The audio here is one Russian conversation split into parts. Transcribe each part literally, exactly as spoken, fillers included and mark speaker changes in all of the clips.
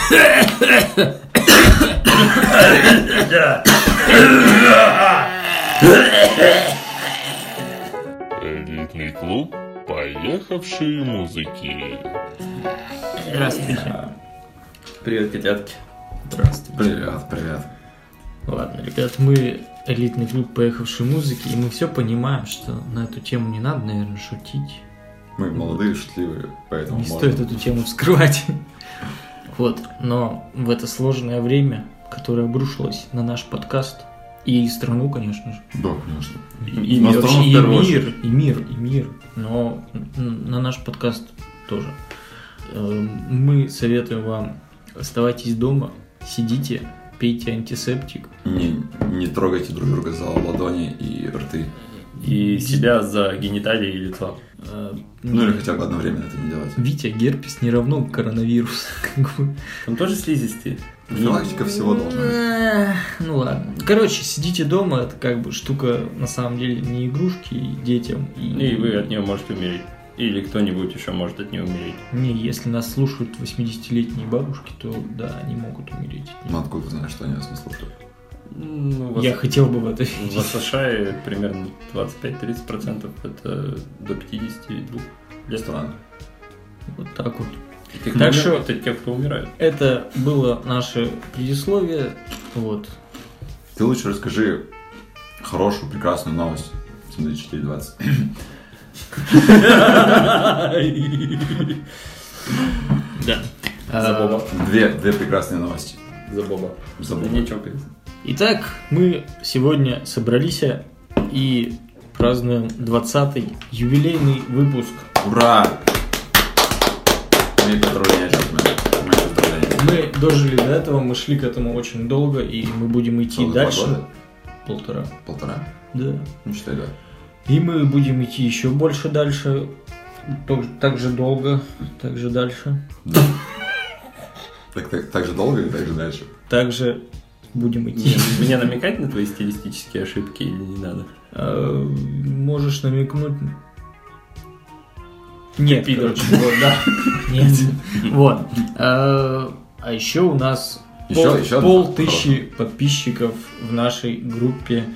Speaker 1: Элитный клуб «Поехавшие музыки».
Speaker 2: Здравствуйте.
Speaker 3: Привет, котятки.
Speaker 2: Здравствуйте.
Speaker 4: Привет, привет.
Speaker 2: Ладно, ребят, мы элитный клуб «Поехавшие музыки», и мы все понимаем, что на эту тему не надо, наверное, шутить.
Speaker 4: Мы молодые, шутливые, поэтому
Speaker 2: Не
Speaker 4: можно.
Speaker 2: стоит эту тему вскрывать. Вот, но в это сложное время, которое обрушилось на наш подкаст, и страну, конечно же.
Speaker 4: Да, конечно.
Speaker 2: И, и,
Speaker 4: На
Speaker 2: вообще,
Speaker 4: страну в
Speaker 2: и
Speaker 4: первую
Speaker 2: мир,
Speaker 4: очередь.
Speaker 2: и мир, и мир. Но на наш подкаст тоже. Э, Мы советуем вам: оставайтесь дома, сидите, пейте антисептик.
Speaker 4: Не, не трогайте друг друга за ладони и рты.
Speaker 3: И себя за гениталии и лицо.
Speaker 2: Э,
Speaker 4: Ну или хотя бы одновременно это не делать.
Speaker 2: Витя, герпес не равно коронавирус. Как бы.
Speaker 3: Он тоже слизистый.
Speaker 4: Профилактика всего должна быть.
Speaker 2: Эх, Ну ладно. Короче, сидите дома, это как бы штука на самом деле не игрушки детям.
Speaker 3: И вы от нее можете умереть. Или кто-нибудь еще может от нее умереть.
Speaker 2: Не, если нас слушают восьмидесятилетние бабушки, то да, они могут умереть. от
Speaker 4: Ну
Speaker 2: нее.
Speaker 4: откуда ты знаешь, что они нас не слушают?
Speaker 3: Ну, в
Speaker 2: Я
Speaker 3: С-
Speaker 2: хотел бы в это
Speaker 3: В
Speaker 2: верить.
Speaker 3: США примерно двадцать пять - тридцать процентов это до пятидесяти двух лет.
Speaker 4: Странно.
Speaker 2: Вот так вот.
Speaker 3: Тех,
Speaker 2: Так
Speaker 3: кто
Speaker 2: что-
Speaker 3: умирает, это те, кто умирают.
Speaker 2: Это было наше предисловие. Вот.
Speaker 4: Ты лучше расскажи хорошую, прекрасную новость. Смотри, четыре двадцать.
Speaker 2: Да.
Speaker 3: За Боба.
Speaker 4: Две, две прекрасные новости.
Speaker 3: За Боба.
Speaker 4: За
Speaker 3: Да
Speaker 4: Боба.
Speaker 3: не чокается.
Speaker 2: Итак, мы сегодня собрались и празднуем двадцатый юбилейный выпуск.
Speaker 4: Ура! Мои поздравления, джентльмены. Мои поздравления.
Speaker 2: Мы дожили до этого, мы шли к этому очень долго, и мы будем идти
Speaker 4: Целых два
Speaker 2: дальше.
Speaker 4: года?
Speaker 2: Полтора.
Speaker 4: Полтора?
Speaker 2: Да.
Speaker 4: Ну, считай, да.
Speaker 2: И мы будем идти еще больше дальше. Так, так же долго, так же дальше.
Speaker 4: Да. Так, так, так же долго или так же дальше?
Speaker 2: Также будем идти.
Speaker 3: Мне, мне намекать на твои стилистические ошибки или не надо?
Speaker 2: А, можешь намекнуть? Нет,
Speaker 3: Пидор.
Speaker 2: короче, вот, да. Нет. Вот. А, а еще у нас
Speaker 4: Еще-
Speaker 2: пол,
Speaker 4: еще одна
Speaker 2: полтысячи подписчиков в нашей группе.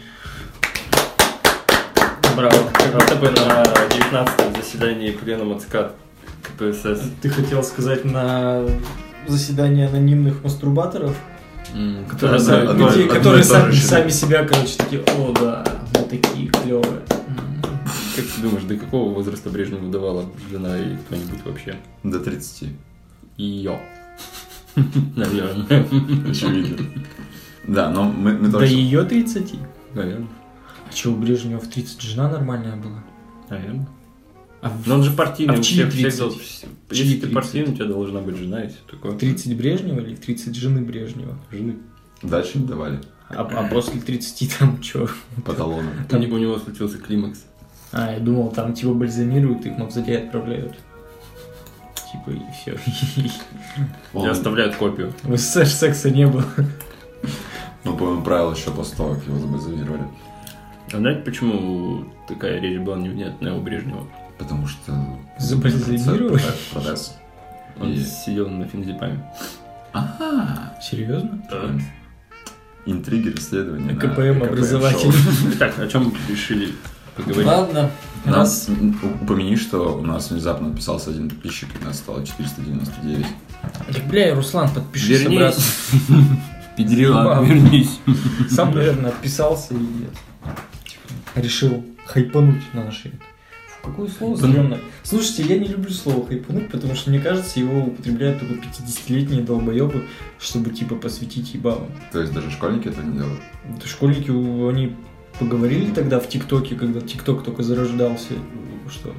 Speaker 2: Браво.
Speaker 3: Как будто бы на девятнадцатом заседании пленума ЦК КПСС.
Speaker 2: Ты хотел сказать на заседании анонимных мастурбаторов, которые,
Speaker 4: одно-
Speaker 2: сами,
Speaker 4: одно-
Speaker 2: где-
Speaker 4: одно
Speaker 2: которые
Speaker 4: и то
Speaker 2: сами,
Speaker 4: же
Speaker 2: сами себя, короче, такие: о, да, мы такие клевые.
Speaker 3: Как ты думаешь, до какого возраста Брежневу давала жена или кто-нибудь вообще?
Speaker 4: До тридцати.
Speaker 3: Ее. Наверное.
Speaker 4: Очевидно. Да, но мы, мы
Speaker 2: До
Speaker 4: точно...
Speaker 2: ее тридцати.
Speaker 3: Наверное.
Speaker 2: А что, у Брежнева в тридцать жена нормальная была?
Speaker 3: Наверное.
Speaker 2: А в
Speaker 3: Но он же партийный.
Speaker 2: А в
Speaker 3: у
Speaker 2: чьи
Speaker 3: всех- всех
Speaker 2: тридцать?
Speaker 3: дол-
Speaker 2: В чьи
Speaker 3: Если ты
Speaker 2: тридцать?
Speaker 3: партийный, у тебя должна быть жена и все такое.
Speaker 2: тридцать Брежнева или в тридцать жены Брежнева?
Speaker 3: Жены.
Speaker 4: Дальше не давали.
Speaker 2: А, а после тридцати там что?
Speaker 4: По талонам.
Speaker 3: У него- у него случился климакс.
Speaker 2: А, я думал, там типа бальзамируют, их в мавзолей отправляют. Типа и все.
Speaker 4: Он,
Speaker 3: И оставляют копию.
Speaker 2: В СССР секса не было.
Speaker 4: ну, по-моему, правил еще после того, как его забальзамировали.
Speaker 3: А знаете, почему такая речь была невнятная у Брежнева?
Speaker 4: Потому что...
Speaker 2: Забальзамировали?
Speaker 4: Процесс.
Speaker 3: Он
Speaker 4: И-
Speaker 3: сидел на феназепаме.
Speaker 4: Ага.
Speaker 2: Серьезно?
Speaker 4: Интриги, расследования. на
Speaker 2: КПМ образователь.
Speaker 4: шоу.
Speaker 3: Так, о чем решили поговорить?
Speaker 2: Ладно. Раз.
Speaker 4: Нас, м, упомяни, что у нас внезапно отписался один подписчик, и нас стало четыреста девяносто девять.
Speaker 2: Так, бля, Руслан, подпишись
Speaker 3: Вернись.
Speaker 2: обратно.
Speaker 3: Педрила,
Speaker 2: Мам.
Speaker 3: вернись.
Speaker 2: Сам, наверное, отписался и нет. Типа, решил хайпануть на нашей. Фу, какое слово стрёмное. Слушайте, я не люблю слово хайпануть, потому что, мне кажется, его употребляют только пятидесятилетние долбоебы, чтобы, типа, посвятить ебалу.
Speaker 4: То есть даже школьники этого не делают?
Speaker 2: Это школьники, у- они поговорили тогда в ТикТоке, когда ТикТок только зарождался, что...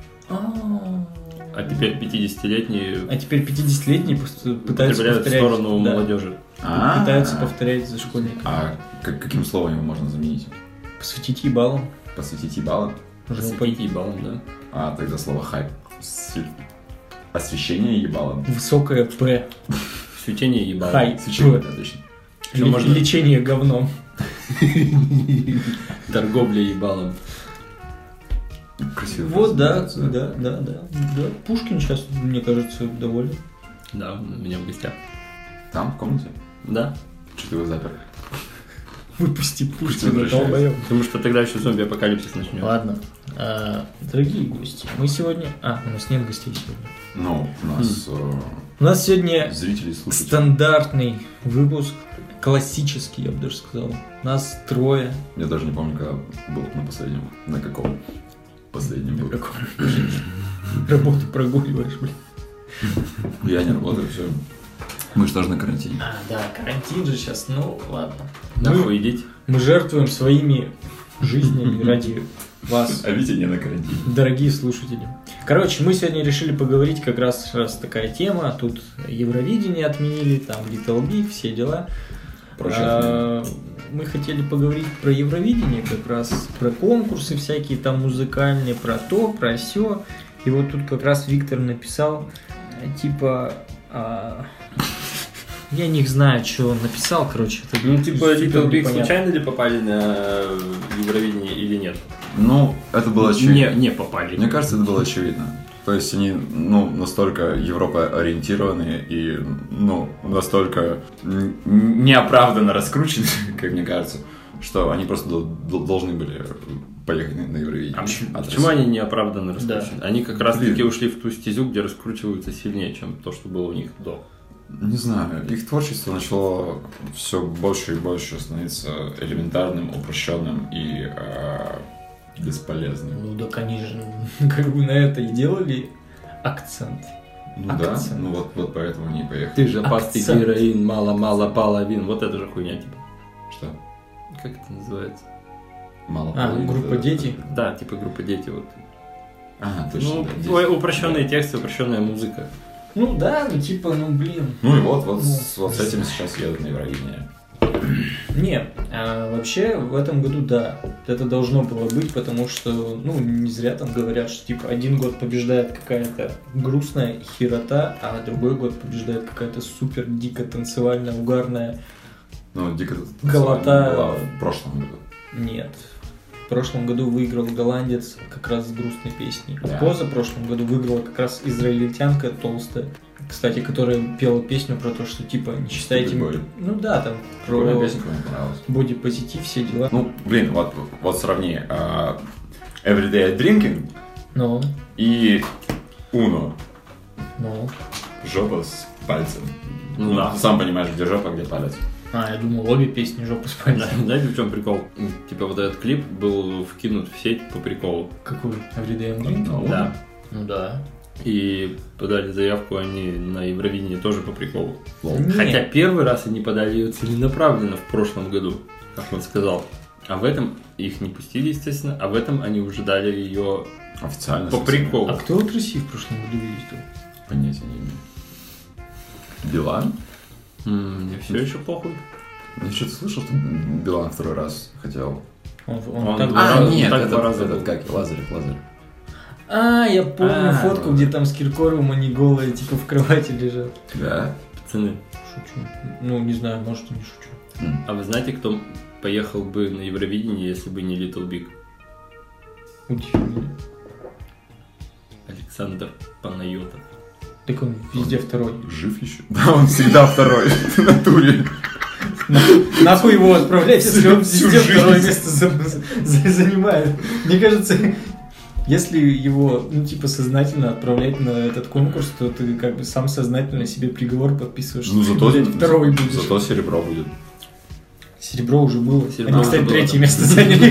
Speaker 2: А,
Speaker 3: А теперь пятидесятилетние
Speaker 2: А теперь пятидесятилетние просто пытаются
Speaker 3: употребляют в
Speaker 2: повторять.
Speaker 3: сторону
Speaker 2: да,
Speaker 3: молодежи.
Speaker 4: А,
Speaker 2: Пытаются повторять за школьниками.
Speaker 4: А как- каким словом его можно заменить?
Speaker 2: Посвятить ебалом.
Speaker 4: Посвятить ебало?
Speaker 3: Посвятить ебалом, да.
Speaker 4: А тогда слово хайп. С- Освещение ебалом.
Speaker 2: Высокое П.
Speaker 3: Свечение ебалом.
Speaker 2: Хай.
Speaker 4: Свечение,
Speaker 2: П.
Speaker 4: да, точно.
Speaker 3: Что
Speaker 2: Ле-
Speaker 3: можно?
Speaker 2: Лечение говном.
Speaker 3: Торговля ебалом.
Speaker 4: Красиво.
Speaker 2: Вот, да, да, да, да, да. Пушкин сейчас, мне кажется, доволен.
Speaker 3: Да, он у меня в гостях.
Speaker 4: Там, в комнате?
Speaker 3: Да.
Speaker 4: Что ты его запер?
Speaker 2: Выпусти
Speaker 4: Пусть
Speaker 2: Пушкина,
Speaker 4: возвращается.
Speaker 2: долбоёб.
Speaker 3: Потому что тогда еще зомби-апокалипсис начнется.
Speaker 2: Ладно. А, дорогие гости, мы сегодня... А, у нас нет гостей сегодня.
Speaker 4: Ну, у нас
Speaker 2: У нас сегодня
Speaker 4: э, зрители слушают.
Speaker 2: стандартный выпуск, классический, я бы даже сказал. Нас трое.
Speaker 4: Я даже не помню, когда был на последнем. На каком последнем был.
Speaker 2: Какого? Работу прогуливаешь, блин.
Speaker 4: Я не работаю, все. Мы же тоже на карантине.
Speaker 2: А, да, карантин же сейчас, ну ладно.
Speaker 3: Нахуй идите.
Speaker 2: Мы жертвуем своими жизнями ради вас,
Speaker 4: А Витя не на карантине.
Speaker 2: дорогие слушатели. Короче, мы сегодня решили поговорить как раз, раз такая тема. Тут Евровидение отменили, там Little Big, все дела. А, мы хотели поговорить про Евровидение, как раз про конкурсы всякие там музыкальные, про то, про сё. И вот тут как раз Виктор написал, типа... а, я не знаю, что он написал, короче. Это
Speaker 3: Ну, типа,
Speaker 2: супер
Speaker 3: Little Big
Speaker 2: непонятно.
Speaker 3: случайно ли попали на Евровидение или нет?
Speaker 4: Ну, это было очевидно.
Speaker 3: Не, не попали.
Speaker 4: Мне кажется, это было очевидно. То есть они, ну, настолько Европа ориентированные и, ну, настолько н- неоправданно раскручены, как мне кажется, что они просто дол- дол- должны были поехать на, на Евровидение.
Speaker 3: А почему,
Speaker 4: От
Speaker 3: почему
Speaker 4: России.
Speaker 3: они неоправданно раскручены? Они как раз таки ушли в ту стезю, где раскручиваются сильнее, чем то, что было у них до.
Speaker 4: Не знаю, их творчество начало все больше и больше становиться элементарным, упрощенным и э, бесполезным.
Speaker 2: Ну так они же как бы на это и делали акцент.
Speaker 4: Ну
Speaker 2: Акцент.
Speaker 4: да, ну вот, вот поэтому они и поехали.
Speaker 3: Ты же пастый
Speaker 2: Акцент.
Speaker 3: героин, мало-мало половин. Вот это же хуйня, типа.
Speaker 4: Что?
Speaker 3: Как это называется?
Speaker 4: Мало
Speaker 2: А,
Speaker 4: половины,
Speaker 2: группа
Speaker 4: да,
Speaker 2: «Дети»?
Speaker 3: Да, типа группа дети. Вот.
Speaker 4: Ага, точно.
Speaker 3: Ну,
Speaker 4: да, дети.
Speaker 3: ой, упрощенные
Speaker 4: Да.
Speaker 3: тексты, упрощенная музыка.
Speaker 2: Ну да, ну типа, ну блин.
Speaker 4: Ну и вот, вот,
Speaker 2: Ну,
Speaker 4: с, вот с этим сейчас едут на Евровидение.
Speaker 2: Не, а вообще в этом году да, это должно было быть, потому что, ну, не зря там говорят, что типа один год побеждает какая-то грустная херота, а другой год побеждает какая-то супер дико танцевальная, угарная.
Speaker 4: Ну, дико
Speaker 2: Голота.
Speaker 4: была в прошлом году.
Speaker 2: Нет. В прошлом году выиграл голландец как раз с грустной песней.
Speaker 4: Да.
Speaker 2: В позапрошлом году выиграла как раз израильтянка толстая, кстати, которая пела песню про то, что типа не считайте...
Speaker 4: Бody.
Speaker 2: Ну да, там
Speaker 4: Прикольная
Speaker 2: про
Speaker 4: песенка, мне понравилась.
Speaker 2: бодипозитив, все дела.
Speaker 4: Ну, блин, вот, вот сравни а, Everyday Drinking
Speaker 2: Ну,
Speaker 4: и Uno.
Speaker 2: ну.
Speaker 4: Жопа с пальцем.
Speaker 3: Ну
Speaker 4: Ну,
Speaker 3: да.
Speaker 4: ты сам понимаешь, где жопа, где палец.
Speaker 2: А, я думал, обе песни жопу спать.
Speaker 3: Знаете, в чем прикол? Типа вот этот клип был вкинут в сеть по приколу.
Speaker 2: Какой? Everyday I'm Drinking?
Speaker 4: Ну,
Speaker 3: Да.
Speaker 2: Ну да.
Speaker 3: И подали заявку они на Евровидение тоже по приколу.
Speaker 4: Лол.
Speaker 2: Не.
Speaker 3: Хотя первый раз они подали ее целенаправленно в прошлом году, как он сказал. А в этом их не пустили, естественно, а в этом они уже дали ее
Speaker 4: Официально.
Speaker 3: по
Speaker 4: совсем.
Speaker 3: приколу.
Speaker 2: А кто от России в прошлом году ездил?
Speaker 4: Понятия не имею. Билан?
Speaker 3: М, Мне все еще похуй.
Speaker 4: Я что-то слышал, что Билан второй раз хотел.
Speaker 2: Он, он
Speaker 3: Он
Speaker 2: так
Speaker 3: два
Speaker 4: А,
Speaker 3: раза-
Speaker 4: нет,
Speaker 3: так
Speaker 4: этот,
Speaker 3: два раза
Speaker 4: этот
Speaker 3: был.
Speaker 4: как, Лазарев, Лазарев.
Speaker 2: А, я помню
Speaker 3: А,
Speaker 2: фотку,
Speaker 4: ну
Speaker 2: где
Speaker 4: да.
Speaker 2: там с Киркоровым они голые, типа в кровати лежат.
Speaker 4: Да?
Speaker 3: Пацаны,
Speaker 2: Шучу. Ну, не знаю, может, и не шучу.
Speaker 4: М.
Speaker 3: а вы знаете, кто поехал бы на Евровидение, если бы не Little Big?
Speaker 2: Удиви меня.
Speaker 3: Александр Панайотов.
Speaker 2: Так он везде второй.
Speaker 4: Жив еще? Да, он всегда второй в натуре.
Speaker 2: Нахуй его отправлять, если он
Speaker 4: Всю
Speaker 2: везде
Speaker 4: жизнь.
Speaker 2: второе место за- за- занимает. Мне кажется, если его, ну, типа, сознательно отправлять на этот конкурс, то ты как бы сам сознательно себе приговор подписываешь,
Speaker 4: Ну,
Speaker 2: что ты,
Speaker 4: зато,
Speaker 2: блядь, второй будешь.
Speaker 4: зато серебро будет.
Speaker 2: Серебро уже было.
Speaker 3: Серебро
Speaker 2: Они,
Speaker 3: уже
Speaker 2: кстати,
Speaker 3: было,
Speaker 2: третье
Speaker 3: да.
Speaker 2: место заняли.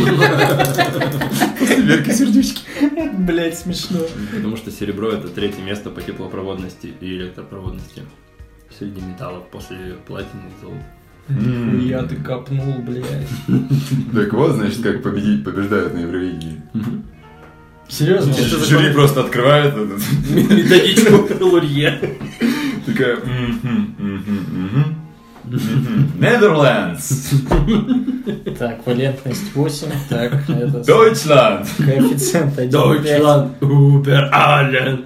Speaker 4: После Верки Сердючки.
Speaker 2: Блять, смешно.
Speaker 3: Потому что серебро это третье место по теплопроводности и электропроводности среди металлов после платины и золота.
Speaker 4: М.
Speaker 2: Я ты копнул, блядь.
Speaker 4: Так вот, значит, как победить, побеждают на Евровидении.
Speaker 2: Серьезно?
Speaker 3: Это
Speaker 4: Жюри
Speaker 3: закон-
Speaker 4: просто открывает этот-
Speaker 3: Методичку Лурье.
Speaker 4: такая «Мгм, мгм, мгм, мгм. Netherlands,
Speaker 2: Так, валентность восемь. Так, это...
Speaker 4: Deutschland.
Speaker 2: Коэффициент один.
Speaker 3: Deutschland, Uber, Allen.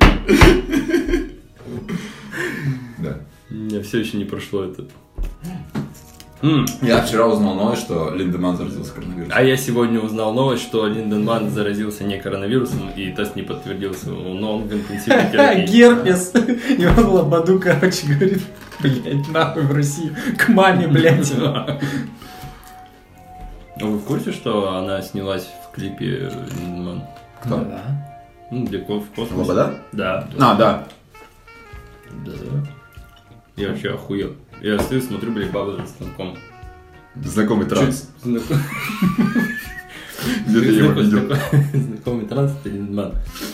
Speaker 4: Да.
Speaker 3: У меня все еще не прошло это. М.
Speaker 4: Я вчера узнал новость, что Линдеман заразился коронавирусом.
Speaker 3: А я сегодня узнал новость, что Линдеман заразился не коронавирусом, и тест не подтвердился, но он в интенсивной терапии.
Speaker 2: Герпес. И он Лободу, короче, говорит, блядь, нахуй в Россию. К маме, блядь.
Speaker 3: Вы в курсе, что она снялась в клипе Линдеман?
Speaker 4: Кто?
Speaker 2: Да.
Speaker 3: Ну, для ко- в космосе.
Speaker 4: Лобода?
Speaker 3: Да.
Speaker 4: А, да.
Speaker 3: Да. Я вообще охуел. Я стою, смотрю, блядь, баба за станком.
Speaker 4: Знакомый транс.
Speaker 3: Знаком-
Speaker 4: Где ты его
Speaker 3: знаком-
Speaker 4: видел?
Speaker 3: знаком- Знакомый транс, это Линдеман.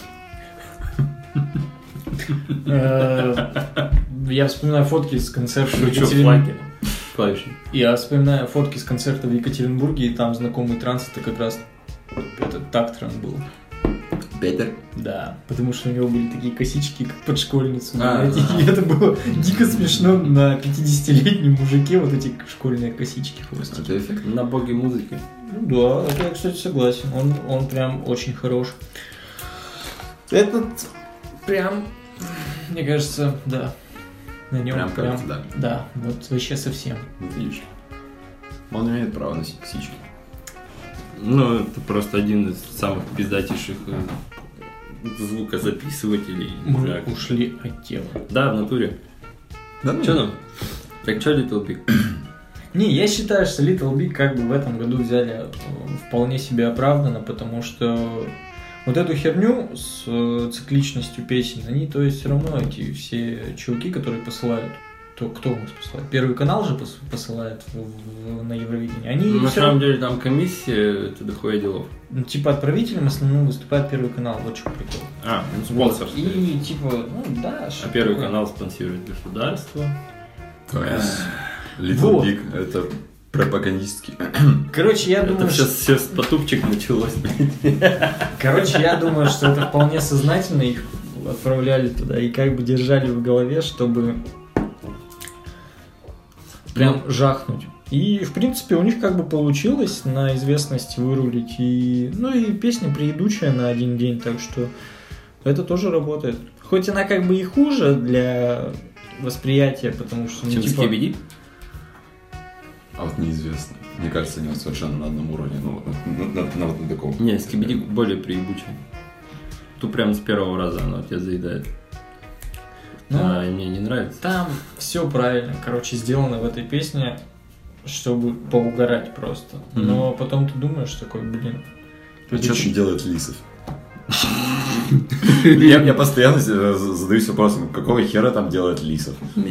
Speaker 2: Э, Я вспоминаю фотки с концерта в
Speaker 3: Шучу,
Speaker 2: Екатеринбурге.
Speaker 3: флаги. Клавиши.
Speaker 2: Я вспоминаю фотки с концерта в Екатеринбурге, и там знакомый транс, это как раз этот Тактран был.
Speaker 4: Петер.
Speaker 2: Да, потому что у него были такие косички, как под школьницу.
Speaker 3: А,
Speaker 2: знаете, и это было дико смешно на пятидесятилетнем мужике, вот эти школьные косички хвостики.
Speaker 4: Это эффект.
Speaker 3: На боге музыки.
Speaker 2: Ну да, это я, кстати, согласен. Он, он прям очень хорош. Этот прям, мне кажется, да. На нем
Speaker 4: Прям
Speaker 2: прям,
Speaker 4: кажется, да.
Speaker 2: да, вот вообще совсем.
Speaker 4: Ну, видишь. Он имеет право носить косички.
Speaker 3: Ну, это просто один из самых пиздатейших э, звукозаписывателей. не
Speaker 2: Мы
Speaker 3: знаю, как-
Speaker 2: ушли от темы.
Speaker 3: Да, в натуре.
Speaker 4: Да, ну,
Speaker 3: Че там? Так что Little Big?
Speaker 2: Не, я считаю, что Little Big как бы в этом году взяли э, вполне себе оправданно, потому что вот эту херню с э, цикличностью песен, они, то есть, все равно эти все чуваки, которые посылают, то кто у нас посылает? Первый канал же пос- посылает в- в- на Евровидение. Они
Speaker 3: Ну, на
Speaker 2: всё
Speaker 3: самом
Speaker 2: равно-
Speaker 3: деле там комиссия, это дохуя делов.
Speaker 2: ну, типа отправителем основным выступает Первый канал, вот что прикол.
Speaker 3: А, ну, спонсор.
Speaker 2: И типа, ну да.
Speaker 3: А
Speaker 2: что
Speaker 3: Первый
Speaker 2: такое.
Speaker 3: канал спонсирует государство.
Speaker 4: То есть Little
Speaker 2: Вот.
Speaker 4: Big это пропагандистский.
Speaker 2: Короче, я
Speaker 3: Это
Speaker 2: думаю,
Speaker 3: все,
Speaker 2: что...
Speaker 3: все с потупчик началось, блядь.
Speaker 2: Короче, я думаю, что это вполне сознательно их отправляли туда и как бы держали в голове, чтобы прям жахнуть. И, в принципе, у них как бы получилось на известность вырулить. И, ну и песня приедучая на один день, так что это тоже работает. Хоть она как бы и хуже для восприятия, потому что, ну,
Speaker 3: Чем
Speaker 2: типа...
Speaker 3: Скибиди?
Speaker 4: А вот неизвестно. Мне кажется, они вот совершенно на одном уровне. Ну, вот на, на- на- на вот на таком.
Speaker 3: Не, Скибиди более приебучий. Тут прям с первого раза оно тебя заедает.
Speaker 2: Ну,
Speaker 3: А, и мне не нравится.
Speaker 2: там все правильно, короче, сделано в этой песне, чтобы поугарать просто. Но потом ты думаешь такой, блин...
Speaker 4: А
Speaker 2: ты
Speaker 4: что
Speaker 2: чё-
Speaker 4: там делает Лисов? Я я постоянно себе задаюсь вопросом, какого хера там делает Лисов?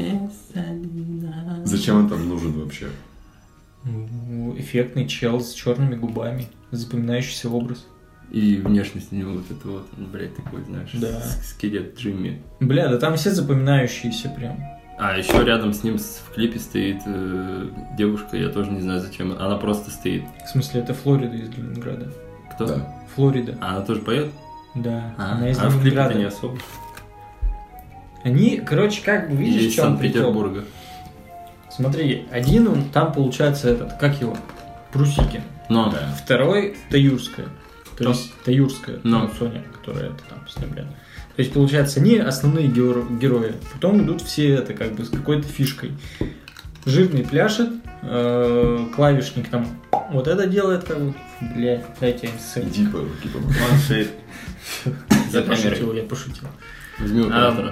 Speaker 4: Зачем он там нужен вообще?
Speaker 2: Ну, эффектный чел с черными губами, запоминающийся образ.
Speaker 3: И внешность у него вот это вот, ну, блядь, такой, знаешь,
Speaker 2: Да.
Speaker 3: с- скелет Джимми.
Speaker 2: Бля, да там все запоминающиеся прям.
Speaker 3: А еще рядом с ним с- в клипе стоит э, девушка, я тоже не знаю зачем, она просто стоит.
Speaker 2: В смысле, это Флорида из Ленинграда.
Speaker 3: Кто?
Speaker 4: Да.
Speaker 2: Флорида,
Speaker 3: А она тоже поет?
Speaker 2: да.
Speaker 3: А,
Speaker 2: Она из
Speaker 3: а в клипе-то
Speaker 2: Ленинграда.
Speaker 3: не особо.
Speaker 2: Они, короче, как бы,
Speaker 3: Или
Speaker 2: видишь,
Speaker 3: из
Speaker 2: в чем прикол?
Speaker 3: Санкт-Петербурга.
Speaker 2: Смотри, один он, там получается этот, как его? Прусикин.
Speaker 3: Но,
Speaker 4: Да.
Speaker 2: Второй Таюрская. То
Speaker 3: Кто?
Speaker 2: есть Таюрская,
Speaker 3: Ну.
Speaker 2: ну, Соня, которая это там вставляет. То есть, получается, они основные геро- герои. Потом идут все это как бы с какой-то фишкой. Жирный пляшет, э, клавишник там вот это делает как бы. Блядь, дайте им ссык.
Speaker 4: Иди по руки помой.
Speaker 3: он стоит
Speaker 2: Я
Speaker 3: за камерой.
Speaker 2: пошутил, я пошутил.
Speaker 3: Возьми оператора.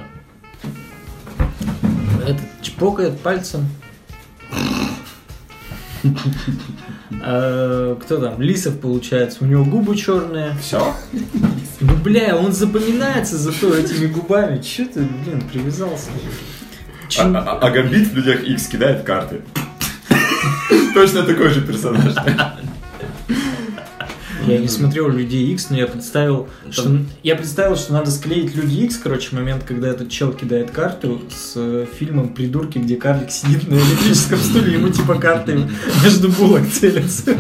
Speaker 2: Этот чпокает пальцем. А, кто там? Лисов, получается. У него губы черные.
Speaker 4: Все?
Speaker 2: Ну, бля, он запоминается зато этими губами. Че ты, блин, привязался? Чин-
Speaker 4: А, а- а Гамбит в Людях Икс кидает карты. Точно такой же персонаж.
Speaker 2: Я не смотрел Людей Икс, но я представил, что я представил, что надо склеить Люди Икс, короче, момент, когда этот чел кидает карту с э, фильмом «Придурки», где карлик сидит на электрическом стуле, ему типа карты между булок целятся.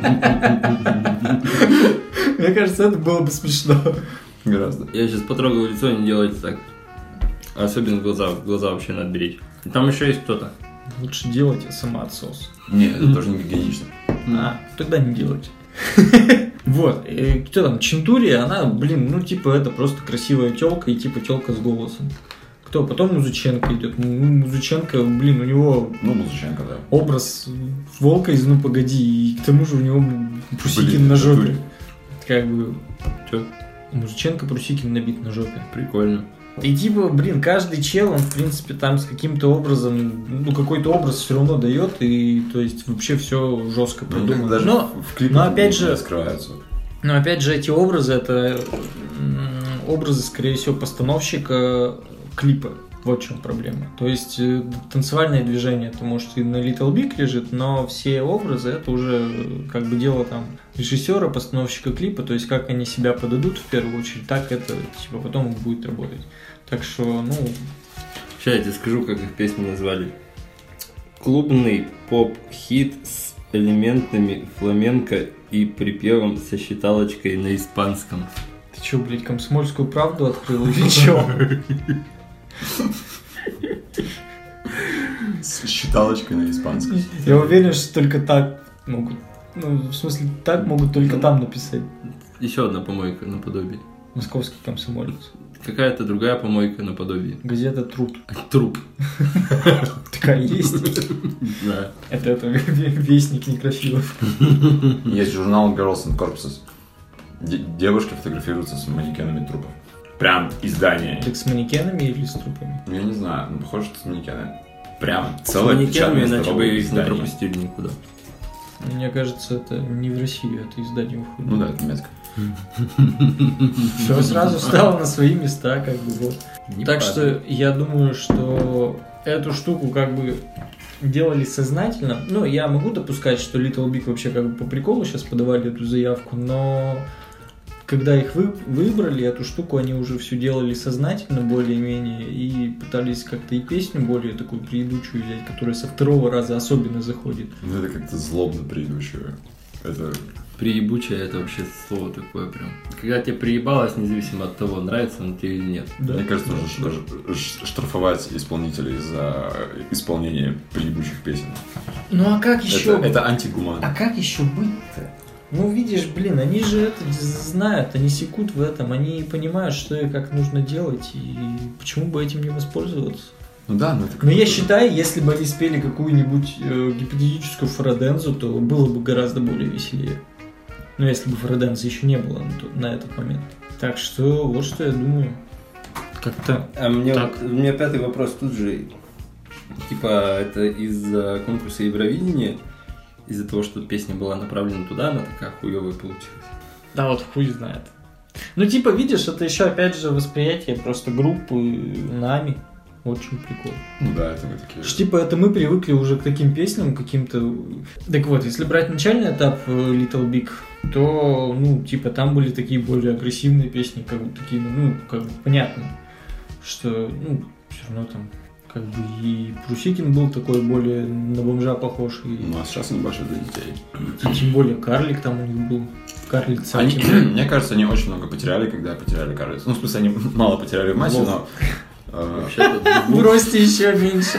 Speaker 2: Мне кажется, это было бы смешно.
Speaker 4: Гораздо.
Speaker 3: Я сейчас потрогаю лицо, не делайте так. Особенно глаза, глаза вообще надо беречь. Там еще есть кто-то.
Speaker 2: Лучше делайте самоотсос.
Speaker 4: Не, это тоже не гигиенично.
Speaker 2: А, тогда не делайте. Вот, и кто там, Чентури, она, блин, ну типа это просто красивая телка и типа телка с голосом. Кто? Потом Музыченко идет. Музыченко, блин, у него
Speaker 4: Ну, Музыченко, да.
Speaker 2: образ волка из «Ну, погоди», и к тому же у него Прусикин
Speaker 4: Блин,
Speaker 2: на
Speaker 4: в
Speaker 2: жопе.
Speaker 4: натуре.
Speaker 2: Как бы...
Speaker 3: Чё?
Speaker 2: Музыченко Прусикин набит на жопе.
Speaker 3: Прикольно.
Speaker 2: И типа, блин, каждый чел, он, в принципе, там с каким-то образом, ну, какой-то образ все равно дает, и, то есть, вообще все жестко
Speaker 4: Ну,
Speaker 2: продумано.
Speaker 4: даже
Speaker 2: Но,
Speaker 4: в клипах
Speaker 2: но опять
Speaker 4: не
Speaker 2: же-
Speaker 4: скрываются.
Speaker 2: но, опять же, эти образы, это м, образы, скорее всего, постановщика клипа. Вот в чем проблема. То есть, э, танцевальное движение, это, может, и на Little Big лежит, но все образы, это уже, э, как бы, дело там режиссера, постановщика клипа, то есть, как они себя подадут в первую очередь, так это, типа, потом будет работать. Так что, ну,
Speaker 3: Сейчас я тебе скажу, как их песню назвали. Клубный поп-хит с элементами фламенко и припевом со считалочкой на испанском.
Speaker 2: ты чё, блядь, «Комсомольскую правду» открыл или чё?
Speaker 4: С считалочкой на испанском.
Speaker 2: Я уверен, что только так могут, ну, в смысле, так могут только там написать.
Speaker 3: Еще одна помойка наподобие.
Speaker 2: Московский комсомолец.
Speaker 3: Какая-то другая помойка наподобие.
Speaker 2: Газета «Труд».
Speaker 3: Труп.
Speaker 2: Такая есть.
Speaker 3: Да.
Speaker 2: Это, это вестник некрофилов.
Speaker 4: Есть журнал Girls and Corpses. Де- девушки фотографируются с манекенами трупов. Прям издание.
Speaker 2: Так с манекенами или с трупами?
Speaker 4: Я не знаю, ну похоже, что с манекенами. Прям
Speaker 3: С
Speaker 4: целое
Speaker 3: манекенами,
Speaker 4: печатное
Speaker 3: иначе бы
Speaker 4: здоровое
Speaker 3: их не
Speaker 4: издание.
Speaker 3: пропустили никуда.
Speaker 2: Мне кажется, это не в Россию, это издание уходит.
Speaker 4: Ну да, это немецкое.
Speaker 2: Все сразу стало на свои места, как бы вот.
Speaker 3: Не
Speaker 2: Так
Speaker 3: падает.
Speaker 2: что я думаю, что эту штуку как бы делали сознательно. Ну, я могу допускать, что Little Big вообще как бы по приколу сейчас подавали эту заявку, но когда их вы, выбрали, эту штуку они уже все делали сознательно, более-менее, и пытались как-то и песню более такую приедучую взять, которая со второго раза особенно заходит.
Speaker 4: Ну это как-то злобно предыдущее. Это...
Speaker 3: Приебучее это вообще слово такое прям. Когда тебе приебалось, независимо от того, нравится он тебе или нет.
Speaker 2: Да.
Speaker 4: Мне кажется, нужно ш- ш- штрафовать исполнителей за исполнение приебучих песен.
Speaker 2: Ну а как еще?
Speaker 4: Это, это антигуман.
Speaker 2: А как еще быть-то? Ну, видишь, блин, они же это знают, они секут в этом, они понимают, что и как нужно делать, и почему бы этим не воспользоваться?
Speaker 4: Ну да, но это
Speaker 2: Но я
Speaker 4: как-то-
Speaker 2: считаю, если бы они спели какую-нибудь э, гипотетическую Фарадензу, то было бы гораздо более веселее. Но если бы Фараденза еще не было на, тот- на этот момент. Так что, вот что я думаю. Как-то...
Speaker 3: А мне,
Speaker 2: Так.
Speaker 3: вот- у меня пятый вопрос тут же. Типа, это из-за конкурса Евровидения, из-за того, что песня была направлена туда, она такая хуёвая получилась.
Speaker 2: Да вот хуй знает. Ну, типа, видишь, это еще, опять же, восприятие просто группы нами. Очень прикольно.
Speaker 4: Ну да, это мы такие...
Speaker 2: Что, типа, это мы привыкли уже к таким песням каким-то. Так вот, если брать начальный этап э, Little Big, то, ну, типа, там были такие более агрессивные песни, как бы такие, ну, как бы понятно, что, ну, все равно там, как бы и Прусикин был такой более на бомжа похож, и,
Speaker 4: Ну а сейчас он больше для детей.
Speaker 2: и тем более Карлик там у них был. Карлик
Speaker 4: Они,
Speaker 2: Цапин.
Speaker 4: мне кажется, они очень много потеряли, когда потеряли Карлица. Ну, в смысле, они мало потеряли в массе, но... э,
Speaker 3: Вообще-то,
Speaker 2: В росте еще меньше.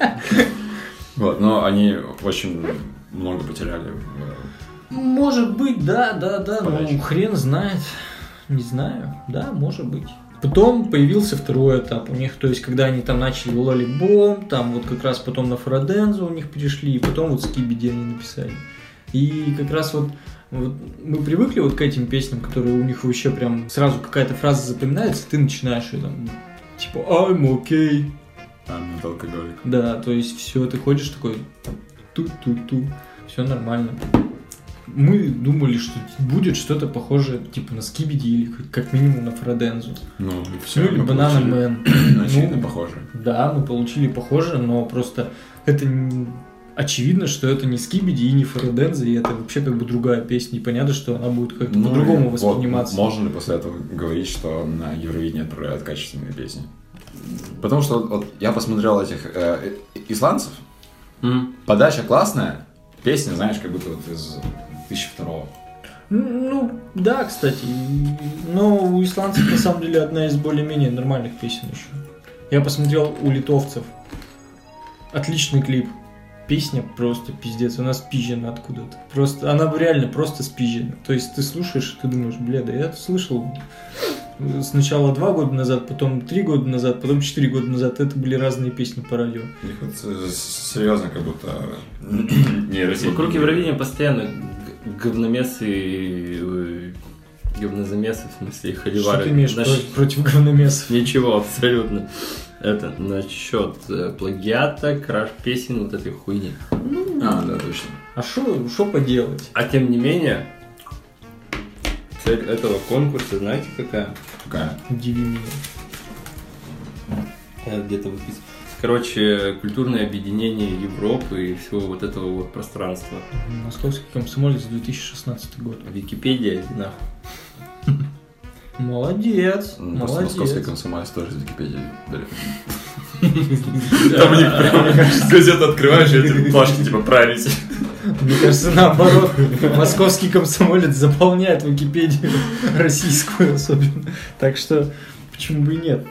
Speaker 4: Вот, но они очень много потеряли. в-
Speaker 2: Может быть, да, да, да, ну
Speaker 4: Подача.
Speaker 2: хрен знает. Не знаю, да, может быть. Потом появился второй этап у них, то есть, когда они там начали Лолибом, там вот как раз потом на Фарадензу у них перешли, и потом вот Скибиди они написали. И как раз вот, вот мы привыкли вот к этим песням, которые у них вообще прям сразу какая-то фраза запоминается, ты начинаешь ее там, типа I'm okay.
Speaker 4: I'm not alcoholic.
Speaker 2: Да, то есть все, ты ходишь такой ту-ту-ту, все нормально. Мы думали, что будет что-то похожее, типа на Скибиди или как- как минимум на Фарадензу.
Speaker 4: Ну, и
Speaker 2: Все,
Speaker 4: все.
Speaker 2: или Банана Мэн.
Speaker 4: Очевидно,
Speaker 2: Ну,
Speaker 4: похоже.
Speaker 2: Да, мы получили похоже, но просто это н- очевидно, что это не Скибиди и не Фараденза, и это вообще как бы другая песня, и понятно, что она будет как-то
Speaker 4: Ну,
Speaker 2: по-другому
Speaker 4: и вот
Speaker 2: восприниматься.
Speaker 4: можно ли после этого говорить, что на Евровидение отправляют качественные песни? Потому что вот я посмотрел этих э, э, исландцев,
Speaker 3: М.
Speaker 4: подача классная, песня, знаешь, как будто вот из тысяча второго.
Speaker 2: Ну, да, кстати. Но у исландцев на самом деле одна из более-менее нормальных песен еще. Я посмотрел у литовцев. Отличный клип. Песня просто пиздец. Она спизжена откуда-то. Просто, она реально просто спизжена. То есть ты слушаешь, ты думаешь, бля, да я это слышал сначала два года назад, потом три года назад, потом четыре года назад. Это были разные песни по радио.
Speaker 4: Их вот серьезно как будто нейросеть.
Speaker 3: Вокруг Евровидения постоянно г- говномесы, говнозамесы, в смысле, холивары.
Speaker 2: Что ты имеешь
Speaker 3: Наш...
Speaker 2: против, против говномесов?
Speaker 3: Ничего, абсолютно. Это насчет э, плагиата, краш песен, вот этой хуйни.
Speaker 4: А, да, точно.
Speaker 2: А что поделать?
Speaker 3: А тем не менее, цель этого конкурса, знаете какая?
Speaker 4: Какая?
Speaker 2: Удиви меня.
Speaker 3: Я где-то выписал. Короче, культурное объединение Европы и всего вот этого вот пространства.
Speaker 2: Московский комсомолец, две тысячи шестнадцатый год.
Speaker 3: Википедия, нахуй.
Speaker 2: Молодец,
Speaker 4: Ну, просто
Speaker 2: молодец.
Speaker 4: московский комсомолец тоже из Википедии далеко. Там у них прям газету открываешь, и эти плашки типа править.
Speaker 2: Мне кажется, наоборот, московский комсомолец заполняет Википедию российскую особенно. Так что, почему бы и нет?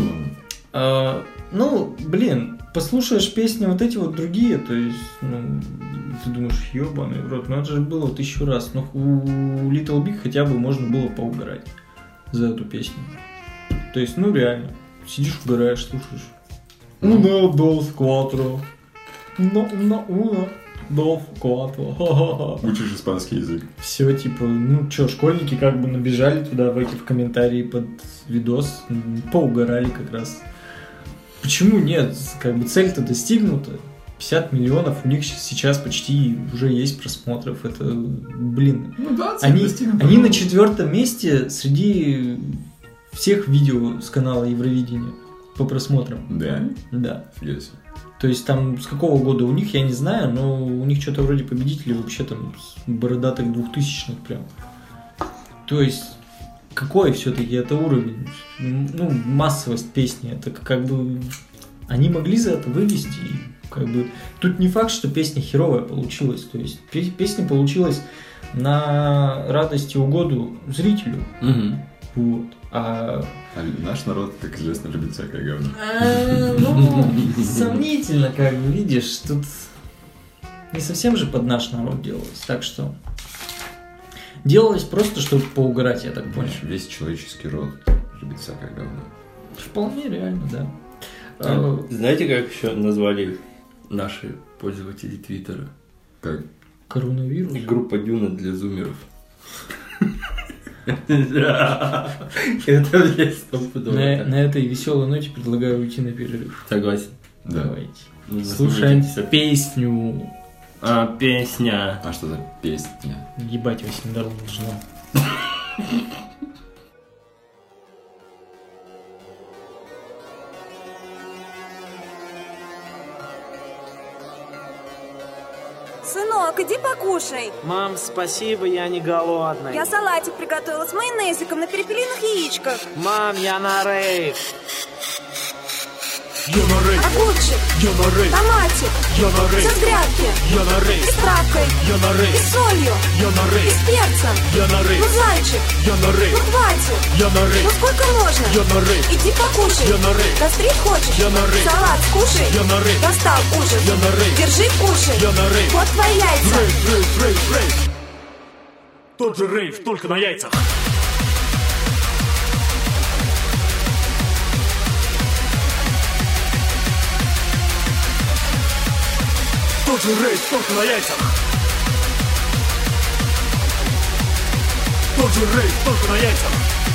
Speaker 2: А, ну, блин, послушаешь песни вот эти вот другие, то есть, ну, ты думаешь, ебаный в рот, ну это же было тысячу раз. Но у Little Big хотя бы можно было поугарать за эту песню. То есть, ну реально, сидишь, угораешь, слушаешь. Uno, dos, cuatro. No, no, uno, dos, cuatro. Ха-ха-ха.
Speaker 4: Учишь испанский язык.
Speaker 2: Все, типа, ну чё, школьники как бы набежали туда в эти в комментарии под видос, м, поугарали как раз. Почему нет? Как бы цель-то достигнута. пятьдесят миллионов у них щ- сейчас почти уже есть просмотров. Это, блин,
Speaker 4: Ну да,
Speaker 2: они, они на четвертом месте среди всех видео с канала Евровидения по просмотрам.
Speaker 4: Да?
Speaker 2: Да.
Speaker 4: Офигеть себе.
Speaker 2: То есть там с какого года у них, я не знаю, но у них что-то вроде победители вообще там с бородатых двухтысячных прям. То есть какой все-таки это уровень? Ну, массовость песни. Это как бы они могли за это вывести. Как бы тут не факт, что песня херовая получилась. То есть пе- песня получилась на радость и угоду зрителю. Вот. А
Speaker 4: А наш народ, как известно, любит всякое говно.
Speaker 2: А, ну, сомнительно, как бы, видишь, тут не совсем же под наш народ делалось, так что делалось просто, чтобы поугарать, я так понял.
Speaker 4: Понимаешь, весь человеческий род любит всякое говно.
Speaker 2: Вполне реально, да. А,
Speaker 3: Знаете, как еще назвали наши пользователи Твиттера?
Speaker 4: Как?
Speaker 2: коронавирус.
Speaker 3: Группа Дюна для зумеров. Это, блядь, стопудово.
Speaker 2: На, на этой веселой ноте предлагаю уйти на перерыв.
Speaker 3: Согласен.
Speaker 4: Да.
Speaker 2: Давайте.
Speaker 3: Ну,
Speaker 2: Слушаем
Speaker 3: насмотритесь.
Speaker 2: песню.
Speaker 3: А, песня.
Speaker 4: А что за песня?
Speaker 2: Ебать, Василий должно.
Speaker 5: Сынок, иди покушай.
Speaker 6: Мам, спасибо, я не голодный.
Speaker 5: Я салатик приготовила с майонезиком на перепелиных яичках.
Speaker 6: Мам, я на рейв.
Speaker 5: Огурчик, томатик, все с грядки, и с травкой, и с солью, и с перцем. Ну, зайчик, ну, хватит. Ну, сколько можно? Иди покушай. Гастрит хочешь? Салат скушай. Достал ужин. Держи, кушай. Вот твои яйца.
Speaker 7: Рейв, рейв, рейв, рейв. Тот же рейв, только на яйцах. Тот же рейв, только на яйцах. Тот же рейв, только на яйцах.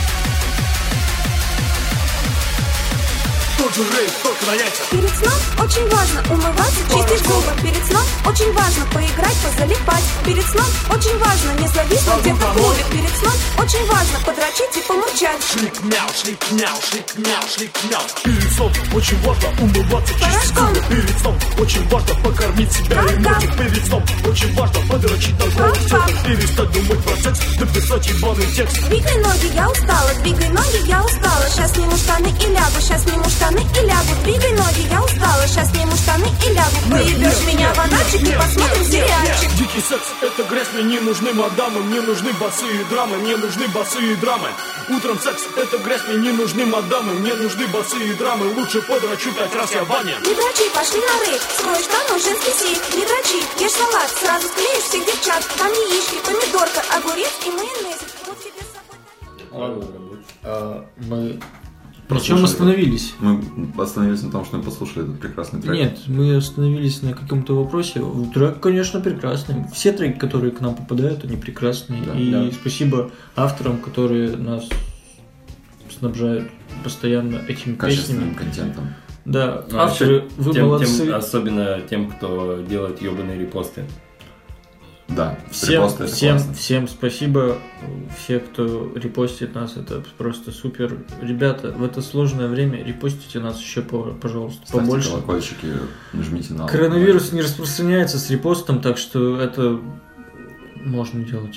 Speaker 7: Тот же рейв, только на яйцах.
Speaker 5: Перед сном очень важно умываться, чистить зубы. Перед сном очень важно поиграть, позалипать. Перед сном очень важно не зависнуть где-то в клубе. Перед сном очень важно подрочить и помурчать.
Speaker 7: Шлик-мяу, шлик-мяу, шлик-мяу, шлик-мяу. Перед сном очень важно умываться, чистить
Speaker 5: Порошком.
Speaker 7: зубы. Перед сном очень важно покормить себя и
Speaker 5: Кап-кап.
Speaker 7: мочить. Перед сном очень важно подрочить на голос
Speaker 5: Кап-кап.
Speaker 7: тёток. Перестать думать про секс, написать ебаный текст.
Speaker 5: Двигай ноги, я устала, двигай ноги, я устала. Сейчас сниму штаны и лягу, сейчас сниму штаны и лягу. Двигай ноги, я устала, сейчас сниму штаны и лягу. Поебешь меня в анальчик и посмотрим сериальчик.
Speaker 7: Дикий секс, это грязь, мне не нужны мадамы. Мне нужны босые драмы, мне нужны босые драмы. Утром секс, это грязь, мне не нужны мадамы. Мне нужны босые драмы, лучше подрочу пять раз я в бане.
Speaker 5: Не дрочи, пошли на рейв, скрой штаны, женский сейф. Не дрочи, ешь салат, сразу склеишь всех девчат. Там яички, помидорка, огурец и майонезик. Вот тебе с собой.
Speaker 3: Ладно, рабочий.
Speaker 2: А, мы... На чем остановились?
Speaker 4: Мы остановились на том, что мы послушали этот прекрасный трек.
Speaker 2: Нет, мы остановились на каком-то вопросе. Трек, конечно, прекрасный. Все треки, которые к нам попадают, они прекрасные.
Speaker 4: Да,
Speaker 2: и
Speaker 3: да.
Speaker 2: спасибо авторам, которые нас снабжают постоянно этими
Speaker 4: Качественным
Speaker 2: песнями.
Speaker 4: контентом.
Speaker 2: Да,
Speaker 3: А
Speaker 2: авторы,
Speaker 3: ещё
Speaker 2: вы
Speaker 3: тем-
Speaker 2: молодцы.
Speaker 3: тем- особенно тем, кто делает ебаные репосты.
Speaker 4: Да,
Speaker 2: Всем,
Speaker 4: репосты это
Speaker 2: всем,
Speaker 4: классно.
Speaker 2: всем спасибо, все, кто репостит нас, это просто супер. Ребята, в это сложное время репостите нас еще, по- пожалуйста,
Speaker 4: Ставьте
Speaker 2: побольше.
Speaker 4: колокольчики, нажмите на...
Speaker 2: Коронавирус не распространяется с репостом, так что это можно делать.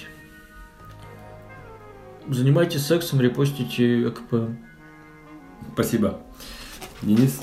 Speaker 2: Занимайтесь сексом, репостите АКП.
Speaker 3: Спасибо. Денис?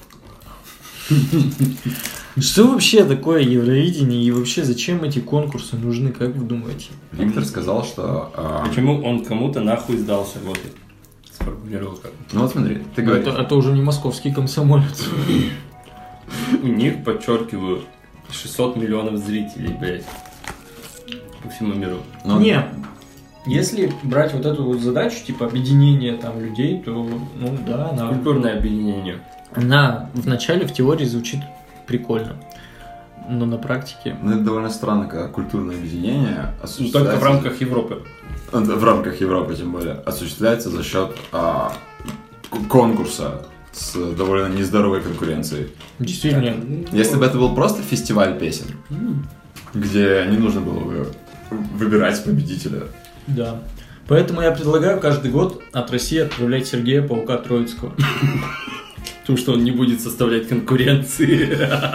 Speaker 2: Что вообще такое Евровидение и вообще зачем эти конкурсы нужны, как вы думаете?
Speaker 4: Виктор сказал, что... а,
Speaker 3: Почему он кому-то нахуй сдался? Вот я сформулировал как.
Speaker 4: Ну вот смотри, ты говоришь...
Speaker 2: Это, это уже не московский комсомолец.
Speaker 3: У них, подчеркиваю, шестьсот миллионов зрителей, блядь. По всему миру.
Speaker 4: ну,
Speaker 2: Не, если брать вот эту вот задачу, типа объединения там людей, то, ну да, она,
Speaker 3: Культурное объединение.
Speaker 2: она вначале в теории звучит прикольно, но на практике...
Speaker 4: Ну, это довольно странно, когда культурное объединение
Speaker 3: Ну,
Speaker 4: осуществляется...
Speaker 3: только в рамках Европы.
Speaker 4: В рамках Европы, тем более, осуществляется за счет а, к- конкурса с довольно нездоровой конкуренцией.
Speaker 2: Действительно,
Speaker 4: Если бы это был просто фестиваль песен, где не нужно было бы выбирать победителя.
Speaker 2: да. Поэтому я предлагаю каждый год от России отправлять Сергея Паука Троицкого.
Speaker 3: Потому что он не будет составлять конкуренции.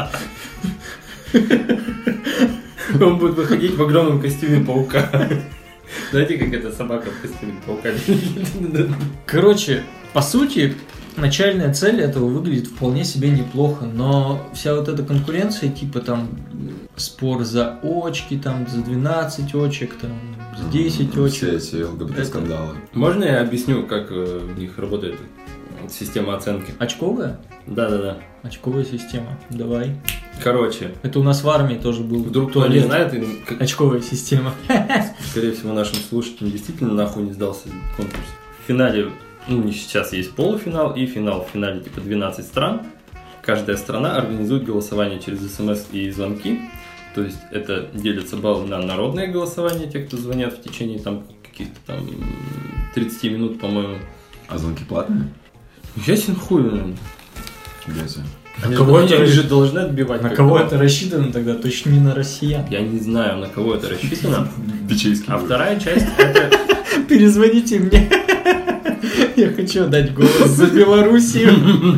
Speaker 3: Он будет выходить в огромном костюме паука. Знаете, как эта собака в костюме паука?
Speaker 2: Короче, по сути, начальная цель этого выглядит вполне себе неплохо, но вся вот эта конкуренция, типа там спор за очки, там за двенадцать очек, там за десять
Speaker 4: Все
Speaker 2: очек.
Speaker 4: эти ЛГБТ-скандалы.
Speaker 3: Можно я объясню, как э, у них работает система оценки?
Speaker 2: Очковая?
Speaker 3: Да-да-да.
Speaker 2: Очковая система. Давай.
Speaker 3: Короче,
Speaker 2: Это у нас в армии тоже был.
Speaker 3: вдруг кто не знает, и как-
Speaker 2: Очковая система.
Speaker 3: скорее всего, нашим слушателям действительно нахуй не сдался этот конкурс. В финале, ну, не сейчас есть полуфинал и финал. В финале типа двенадцать стран. Каждая страна организует голосование через смс и звонки. То есть это делится баллы на народное голосование, те, кто звонят в течение там каких-то там тридцать минут, по-моему.
Speaker 4: А звонки платные?
Speaker 3: Ясен хуй, наверное.
Speaker 4: Фига себе.
Speaker 3: Они,
Speaker 2: кого
Speaker 3: же,
Speaker 2: это
Speaker 3: они
Speaker 2: рассчит-
Speaker 3: же должны отбивать.
Speaker 2: На
Speaker 3: как
Speaker 2: кого
Speaker 3: бы.
Speaker 2: это рассчитано тогда? Точно не на россиян.
Speaker 3: Я не знаю, на кого это рассчитано.
Speaker 4: Бичейский.
Speaker 3: А вторая часть это...
Speaker 2: Перезвоните мне. Я хочу дать голос за Белоруссию.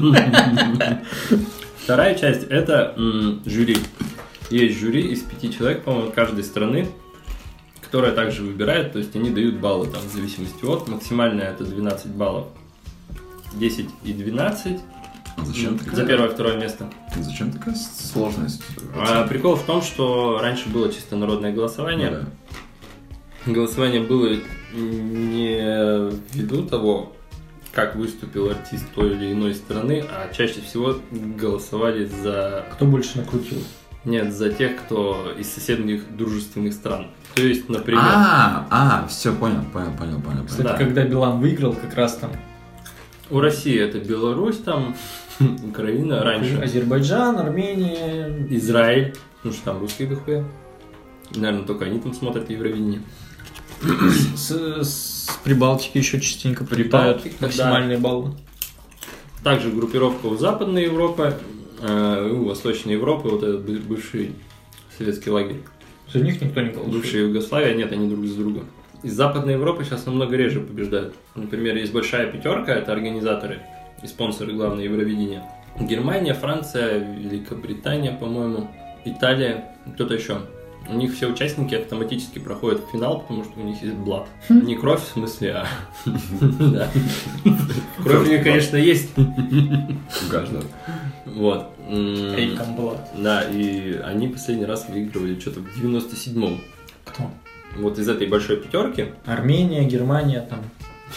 Speaker 3: Вторая часть это м, жюри. Есть жюри из пяти человек, по-моему, каждой страны, которая также выбирает, то есть они дают баллы там в зависимости от. Максимальная это двенадцать баллов. десять и двенадцать
Speaker 4: А зачем такая...
Speaker 3: за первое и второе место.
Speaker 4: Зачем такая сложность?
Speaker 3: А прикол в том, что раньше было чисто народное голосование.
Speaker 4: Ну да.
Speaker 3: Голосование было не ввиду того, как выступил артист той или иной страны, а чаще всего голосовали за...
Speaker 2: Кто больше накрутил?
Speaker 3: Нет, за тех, кто из соседних дружественных стран. То есть, например...
Speaker 4: А, а, все, понял, понял, понял, понял.
Speaker 2: Кстати,
Speaker 3: Да.
Speaker 2: когда Билан выиграл, как раз там
Speaker 3: У России это Беларусь, там, Украина, раньше
Speaker 2: Азербайджан, Армения.
Speaker 3: Израиль, ну что там русские дохуя. Наверное, только они там смотрят Евровидение.
Speaker 2: С, с Прибалтики еще частенько прилетают
Speaker 3: Прибалтика,
Speaker 2: максимальные баллы.
Speaker 3: Также группировка у Западной Европы, э, у Восточной Европы, вот этот бы- бывший советский лагерь.
Speaker 2: За них никто не голосует.
Speaker 3: Бывшая Югославия, нет, они друг с другом. Из Западной Европы сейчас намного реже побеждают. Например, есть большая пятерка, это организаторы и спонсоры главного Евровидения. Германия, Франция, Великобритания, по-моему, Италия, кто-то еще. У них все участники автоматически проходят в финал, потому что у них есть блат. Не кровь, в смысле, а... Да. Кровь у них, конечно, есть.
Speaker 4: У каждого.
Speaker 3: Вот. М,
Speaker 2: Эй, Камблат.
Speaker 3: Да, и они последний раз выигрывали что-то в девяносто седьмом.
Speaker 2: Кто?
Speaker 3: Вот из этой большой пятерки.
Speaker 2: Армения, Германия там.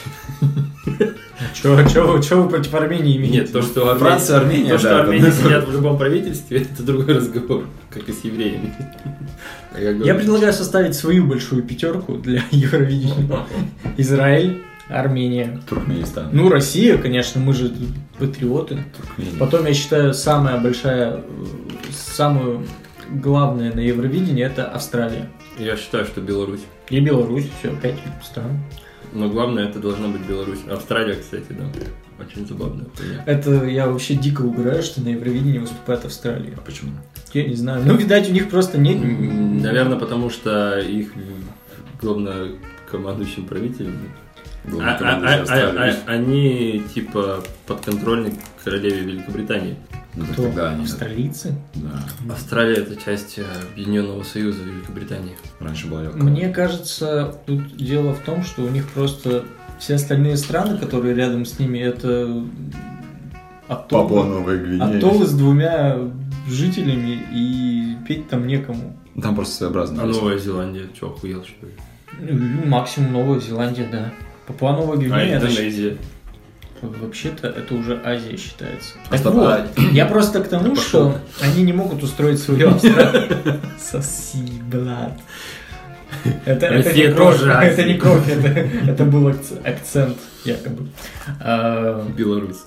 Speaker 2: Чего вы против Армении имеете?
Speaker 3: Нет, то, что Армения,
Speaker 4: Франция, Армения,
Speaker 3: то, что
Speaker 4: да,
Speaker 3: Армения
Speaker 4: это-
Speaker 3: сидят в любом правительстве, это другой разговор, как и с евреями. А я
Speaker 2: Я
Speaker 3: говорю,
Speaker 2: предлагаю составить свою большую пятерку для Евровидения. Израиль, Армения.
Speaker 4: Туркменистан.
Speaker 2: Ну, Россия, конечно, мы же патриоты.
Speaker 4: Туркмения.
Speaker 2: Потом, я считаю, самая большая, э, самую главное на Евровидении это Австралия.
Speaker 3: Я считаю, что Беларусь.
Speaker 2: И Беларусь, все, пять стран.
Speaker 3: Но главное, это должна быть Беларусь. Австралия, кстати, да. Очень забавно.
Speaker 2: Это я вообще дико угораю, что на Евровидении выступает Австралия.
Speaker 4: А почему?
Speaker 2: Я не знаю. Ну, видать, у них просто нет...
Speaker 3: Наверное, потому что их главнокомандующим правителем... А, а, а, а, а, они типа подконтрольны королеве Великобритании.
Speaker 4: Ну, так
Speaker 2: Кто?
Speaker 4: тогда они...
Speaker 2: Австралийцы?
Speaker 4: Да.
Speaker 3: Австралия это часть Объединенного Союза Великобритании.
Speaker 4: Раньше была я.
Speaker 2: Мне кажется, тут дело в том, что у них просто все остальные страны, которые рядом с ними, это атоллы,
Speaker 4: Папуа-Новая Гвинея.
Speaker 2: атоллы с двумя жителями, и петь там некому.
Speaker 4: Там просто своеобразно.
Speaker 3: А Новая Зеландия, что, охуел, что ли?
Speaker 2: Ну, максимум Новая Зеландия, да. Папуа-Новая
Speaker 3: А
Speaker 2: Гвинея, это щ-
Speaker 3: Индонезия.
Speaker 2: вообще-то это уже Азия считается.
Speaker 4: А
Speaker 2: Так
Speaker 4: стоп,
Speaker 2: вот,
Speaker 4: а-
Speaker 2: я просто к тому,
Speaker 3: Да
Speaker 2: что
Speaker 3: пошёл
Speaker 2: они не могут устроить свою Австралию. Соси, блядь. Это, это,
Speaker 3: Россия
Speaker 2: не кровь,
Speaker 3: тоже
Speaker 2: это
Speaker 3: Азия.
Speaker 2: не кровь, это, это был акц- акцент, якобы. А,
Speaker 3: Беларусь.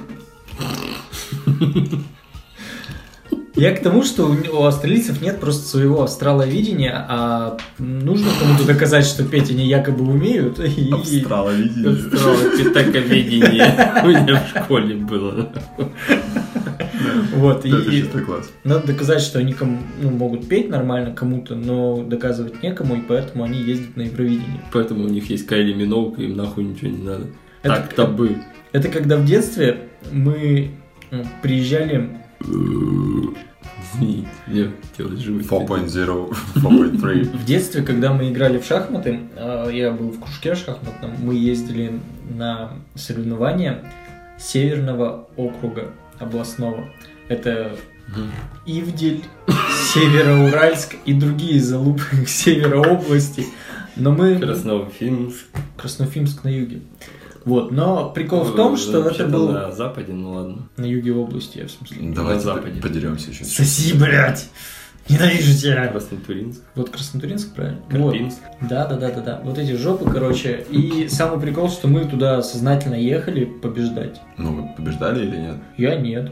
Speaker 2: я к тому, что у, у австралийцев нет просто своего австраловидения, а нужно кому-то доказать, что петь они якобы умеют. И...
Speaker 4: Австраловидение.
Speaker 3: Питаковедение. У меня в школе было.
Speaker 2: Вот, и,
Speaker 4: Это
Speaker 2: и
Speaker 4: шестой класс.
Speaker 2: надо доказать, что они кому, ну, могут петь нормально кому-то, но доказывать некому, и поэтому они ездят на Евровидение.
Speaker 3: Поэтому у них есть Кайли Миноуг, и им нахуй ничего не надо.
Speaker 2: Это-
Speaker 3: Так-то бы.
Speaker 2: Это когда в детстве мы м, приезжали...
Speaker 3: Извините, мне хотелось живых.
Speaker 4: четыре точка ноль, четыре точка три.
Speaker 2: В детстве, когда мы играли в шахматы, э, я был в кружке шахматном, мы ездили на соревнования Северного округа областного. Это
Speaker 3: Мгм.
Speaker 2: Ивдель, Североуральск и другие залупы севера области. Но мы...
Speaker 3: Красноуфимск.
Speaker 2: Красноуфимск на юге. Вот, но прикол в том, что это
Speaker 3: Вообще-то
Speaker 2: был
Speaker 3: на западе, ну ладно.
Speaker 2: на юге области, я в смысле.
Speaker 4: Давайте
Speaker 3: Западе.
Speaker 4: подеремся еще.
Speaker 2: Соси, блядь! Ненавижу тебя!
Speaker 3: Краснотуринск.
Speaker 2: Вот Краснотуринск, правильно? Вот.
Speaker 3: Карпинск.
Speaker 2: Да, да, да, да, да. Вот эти жопы, короче. И самый прикол, что мы туда сознательно ехали побеждать.
Speaker 4: Ну, вы побеждали или нет?
Speaker 2: Я нет.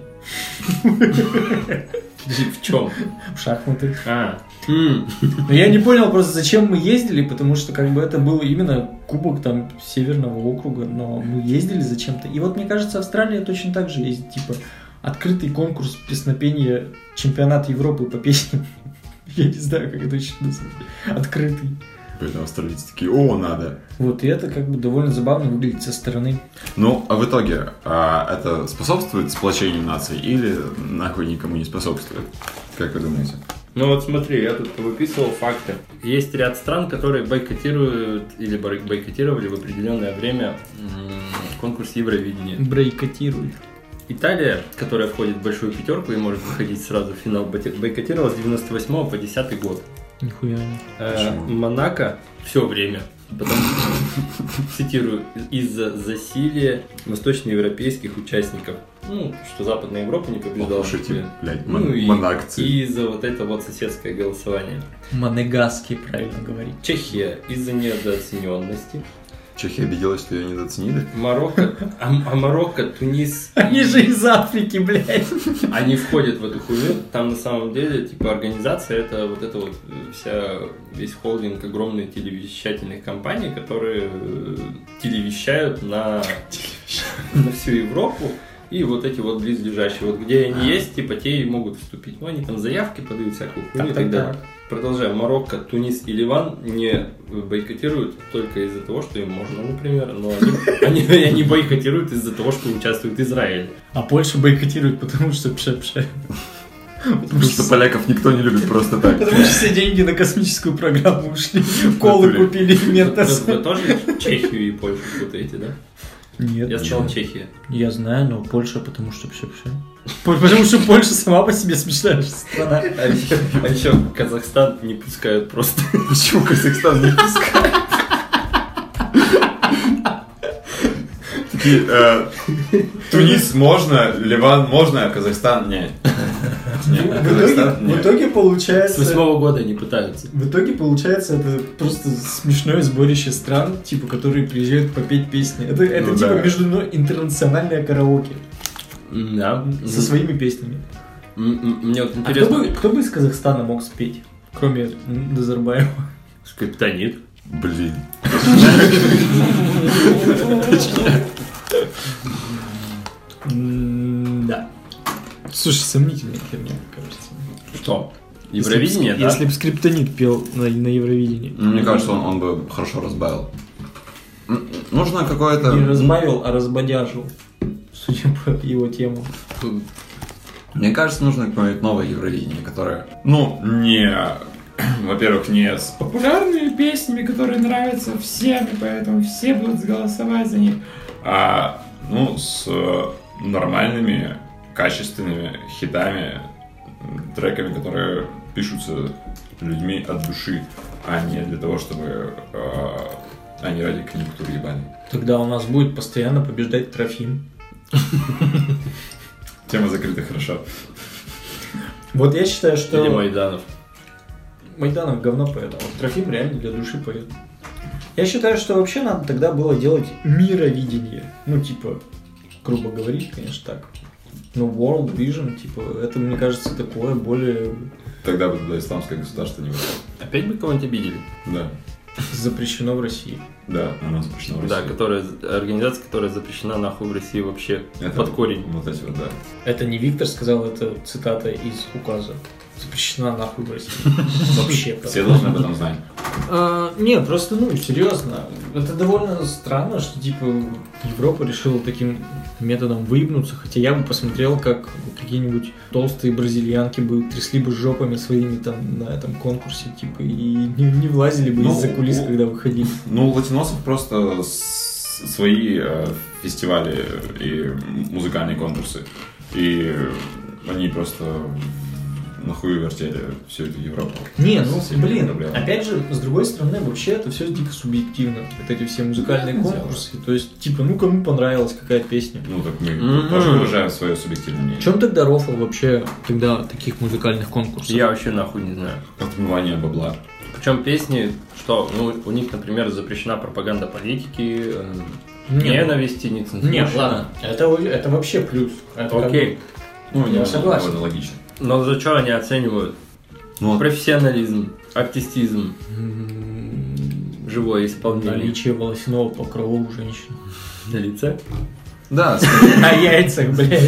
Speaker 3: В чем?
Speaker 2: В шахматы.
Speaker 3: А. М.
Speaker 2: Но я не понял просто, зачем мы ездили, потому что как бы это был именно кубок там Северного округа, но мы ездили зачем-то. И вот мне кажется, Австралия точно так же есть, типа открытый конкурс песнопения, чемпионат Европы по песням. Я не знаю, как это еще назвать. Открытый.
Speaker 4: Поэтому австралийцы такие, о, надо.
Speaker 2: Вот, и это как бы довольно забавно выглядит со стороны.
Speaker 4: Ну, а в итоге, а, это способствует сплочению наций или нахуй никому не способствует? Как вы думаете?
Speaker 3: Ну вот смотри, я тут выписывал факты. Есть ряд стран, которые бойкотируют или бой- бойкотировали в определенное время м, конкурс Евровидения.
Speaker 2: Брейкотирует.
Speaker 3: Италия, которая входит в большую пятерку и может выходить сразу в финал, боти- бойкотировала с девяносто восьмого по десятый год.
Speaker 2: Нихуя не.
Speaker 3: Э,
Speaker 4: Почему?
Speaker 3: Монако все время. Потому что, цитирую, из-за засилия восточноевропейских участников. Ну, что Западная Европа не побеждала.
Speaker 4: Ох уж эти, блядь,
Speaker 3: Ну
Speaker 4: мон-
Speaker 3: и,
Speaker 4: монакцы.
Speaker 3: и из-за вот это вот соседское голосование.
Speaker 2: Монегаски, правильно говорить.
Speaker 3: Чехия из-за недооцененности.
Speaker 4: Чехия обиделась, что ее недооценили?
Speaker 3: Марокко, а, а Марокко, Тунис,
Speaker 2: Они же из Африки, блядь.
Speaker 3: они входят в эту хуйню. Там на самом деле, типа, организация, это вот это вот э, вся, весь холдинг огромных телевещательных компаний, которые э, телевещают на, на всю Европу. И вот эти вот близлежащие, вот где они есть, типа, те и могут вступить. Ну, они там заявки подают, всякую хуйню и
Speaker 2: Так,
Speaker 3: так
Speaker 2: так,
Speaker 3: далее.
Speaker 2: так.
Speaker 3: Продолжаем. Марокко, Тунис и Ливан не бойкотируют только из-за того, что им можно, например, но они, они, они бойкотируют из-за того, что участвует Израиль.
Speaker 2: А Польша бойкотирует, потому что пше-пше.
Speaker 4: Потому что поляков никто не любит просто так.
Speaker 2: Потому что все деньги на космическую программу ушли. Колы
Speaker 4: Натуре.
Speaker 2: купили,
Speaker 3: Вы,
Speaker 2: ментос.
Speaker 3: вы тоже Чехию и Польшу путаете, да?
Speaker 2: Нет.
Speaker 3: Я сказал Чехия.
Speaker 2: Я знаю, но Польша, потому что пше-пше. Потому что Польша сама по себе смешная страна.
Speaker 3: А еще, а еще Казахстан не пускают просто.
Speaker 4: Почему Казахстан не пускает? Такие, э, Тунис можно, Ливан можно, а Казахстан нет. Не,
Speaker 2: В итоге,
Speaker 4: Казахстан,
Speaker 2: в
Speaker 4: нет.
Speaker 2: итоге
Speaker 3: С
Speaker 2: получается...
Speaker 3: восьмого года они пытаются.
Speaker 2: В итоге получается это просто смешное сборище стран, типа, которые приезжают попеть песни. Это, это
Speaker 4: Ну
Speaker 2: типа
Speaker 4: да.
Speaker 2: между интернациональное караоке
Speaker 3: Да.
Speaker 2: со своими песнями.
Speaker 3: М- м- Мне вот
Speaker 2: А кто
Speaker 3: интересно.
Speaker 2: бы, кто бы из Казахстана мог спеть, кроме Назарбаева?
Speaker 3: Скриптонит.
Speaker 4: Блин.
Speaker 2: М, Да. Слушай, сомнительная херня, мне кажется.
Speaker 3: Что? Евровидение,
Speaker 2: если,
Speaker 3: да?
Speaker 2: Если бы Скриптонит пел на, на Евровидении.
Speaker 4: Мне кажется, он, он бы хорошо разбавил. М, Нужно какое-то...
Speaker 2: Не разбавил, а разбодяжил. Судя по его тему.
Speaker 4: Мне кажется, нужно какое-нибудь новое Евровидение, которое, ну, не, во-первых, не с популярными песнями, которые нравятся всем, и поэтому все будут голосовать за них, а, ну, с нормальными, качественными хитами, треками, которые пишутся людьми от души, а не для того, чтобы а, они ради конъюнктуры ебали.
Speaker 2: Тогда у нас будет постоянно побеждать Трофим.
Speaker 4: Тема закрыта хорошо.
Speaker 2: Вот я считаю, что...
Speaker 3: Или Майданов.
Speaker 2: Майданов говно поет, а вот Трофим реально для души поет. Я считаю, что вообще надо тогда было делать мировидение. Ну, типа, грубо говорить, конечно, так. Ну, World Vision, типа, это, мне кажется, такое более
Speaker 4: Тогда бы туда исламское государство не вышло.
Speaker 3: Опять бы кого-нибудь обидели?
Speaker 4: Да.
Speaker 2: запрещено в России.
Speaker 4: Да, она запрещена в России.
Speaker 3: Да, которая, организация, которая запрещена нахуй в России вообще
Speaker 4: Это
Speaker 3: под корень.
Speaker 4: Вот эти вот, да.
Speaker 2: Это не Виктор сказал, это цитата из указа. Запрещена нахуй в России. Вообще.
Speaker 4: Все должны об этом знать.
Speaker 2: А, не, просто, ну, серьезно. Это довольно странно, что, типа, Европа решила таким методом выебнуться, хотя я бы посмотрел, как какие-нибудь толстые бразильянки бы трясли бы жопами своими там на этом конкурсе, типа, и не, не влазили бы
Speaker 4: Ну,
Speaker 2: из-за кулис,
Speaker 4: у-
Speaker 2: когда выходили.
Speaker 4: Ну, у латиносов просто с- свои э, фестивали и музыкальные конкурсы. И они просто нахуй вертели всю эту Европу.
Speaker 2: Не, ну,
Speaker 4: Со всеми
Speaker 2: блин,
Speaker 4: проблемами.
Speaker 2: опять же, с другой стороны, вообще это все дико субъективно. Вот эти все музыкальные
Speaker 4: Понятное
Speaker 2: конкурсы. То есть, типа, ну, кому понравилась какая песня.
Speaker 4: Ну, так мы
Speaker 3: Мгм.
Speaker 4: тоже выражаем свое субъективное
Speaker 2: В
Speaker 4: мнение.
Speaker 2: чем тогда рофл вообще тогда таких музыкальных конкурсов?
Speaker 3: Я вообще нахуй не знаю.
Speaker 4: Отмывание бабла.
Speaker 3: Причем песни, что, ну, у них, например, запрещена пропаганда политики, э,
Speaker 2: Не,
Speaker 3: ненависти, нецензуры.
Speaker 2: Нет, ладно, это, это вообще плюс. Это как
Speaker 3: Окей.
Speaker 4: Ну,
Speaker 2: Я согласен.
Speaker 4: довольно логично.
Speaker 3: Но за что они оценивают?
Speaker 4: Ну, вот
Speaker 3: Профессионализм, артистизм,
Speaker 2: бы, м,
Speaker 3: живое исполнение.
Speaker 2: наличие волосяного покрова у женщин.
Speaker 3: На лице.
Speaker 4: да,
Speaker 2: На яйцах, блядь.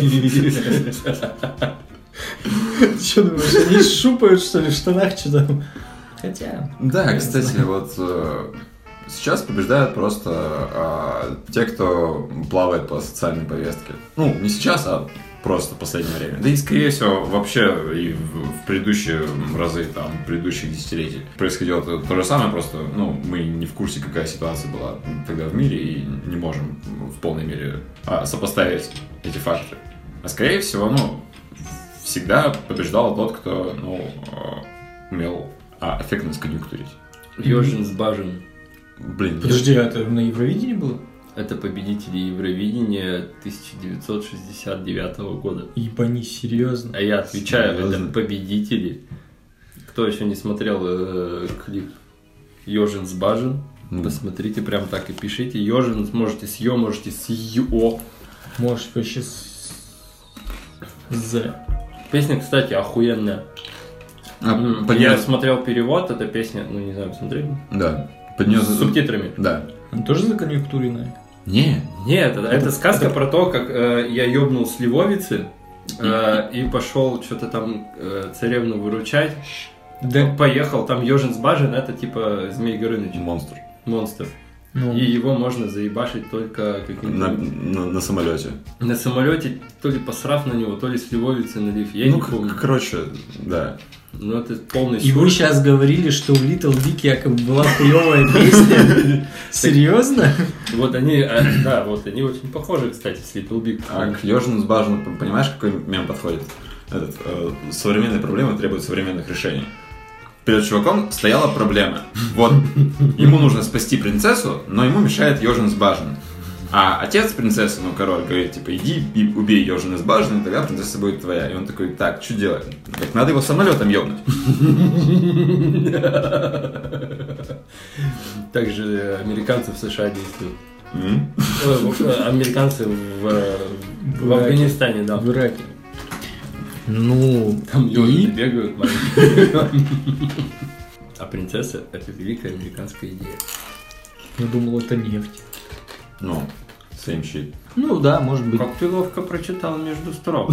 Speaker 2: Что думаешь, они шупают, что ли, в штанах, что там? Хотя...
Speaker 4: Да, кстати, вот э, сейчас побеждают просто э, те, кто плавает по социальной повестке. Ну, не сейчас, а просто в последнее время. Да и, скорее всего, вообще и в, в предыдущие разы, там, предыдущих десятилетий происходило то, то же самое, просто, ну, мы не в курсе, какая ситуация была тогда в мире и не можем в полной мере а, сопоставить эти факторы. А скорее всего, ну, всегда побеждал тот, кто, ну, э, умел а, эффектно сконъюнктурить.
Speaker 3: Ёжин с Бажин.
Speaker 4: Блин,
Speaker 2: Подожди, а это на Евровидении было?
Speaker 3: Это победители Евровидения тысяча девятьсот шестьдесят девятого года.
Speaker 2: Ебанись, серьезно.
Speaker 3: А я отвечаю,
Speaker 4: Серьезно?
Speaker 3: это победители. Кто еще не смотрел э, клип Ёжин с Бажин,
Speaker 4: Ну.
Speaker 3: посмотрите, прям так и пишите. Ёжин можете с Ё, можете с Ё.
Speaker 2: Может, вообще с... З.
Speaker 3: Песня, кстати, охуенная.
Speaker 4: А,
Speaker 3: М,
Speaker 4: под
Speaker 3: Я
Speaker 4: неё-
Speaker 3: смотрел перевод, эта песня, ну не знаю, смотрели?
Speaker 4: Да. Под неё-
Speaker 3: С субтитрами.
Speaker 4: Да.
Speaker 2: Она тоже законъюнктуренная?
Speaker 4: Не.
Speaker 3: Нет, это, это сказка про то, как э, я ёбнул сливовицы э, и пошел что-то там э, царевну выручать.
Speaker 2: Да.
Speaker 3: Поехал, там Ёжин с Бажин, это типа Змей Горыныч,
Speaker 4: Монстр.
Speaker 3: монстр.
Speaker 2: Ну,
Speaker 3: И его можно заебашить только каким-то...
Speaker 4: На,
Speaker 3: На...
Speaker 4: на, на самолете.
Speaker 3: самолете, то ли посрав на него, то ли сливовицы налив, я
Speaker 4: ну,
Speaker 3: не
Speaker 4: к-
Speaker 3: помню.
Speaker 4: короче, да.
Speaker 3: Но это полный
Speaker 2: и вы
Speaker 3: сюр.
Speaker 2: сейчас говорили, что у Little Big якобы была хуевая песня? Серьезно?
Speaker 3: Вот они, э, да, вот они очень похожи, кстати, с Little Big.
Speaker 4: А к Ёжину с Бажину, п- понимаешь, какой мем подходит? Этот, э, современные проблемы требуют современных решений. Перед чуваком стояла проблема. Вот, ему нужно спасти принцессу, но ему мешает Ёжин с Бажин. А отец принцессы, ну, король, говорит, типа, иди и убей Ёжина с башни, тогда принцесса будет твоя. И он такой, так, что делать? Так надо его самолетом ёбнуть.
Speaker 3: Также американцы в США действуют.
Speaker 4: М?
Speaker 3: Э, Американцы в в Афганистане, да.
Speaker 2: В Ираке. Ну,
Speaker 3: Там
Speaker 2: и?
Speaker 3: ёжи бегают маленькие. А принцесса — это великая американская идея.
Speaker 2: Я думал, это нефть.
Speaker 4: Ну, same shit.
Speaker 2: Ну да, может быть.
Speaker 3: Как ты ловко прочитал между строк.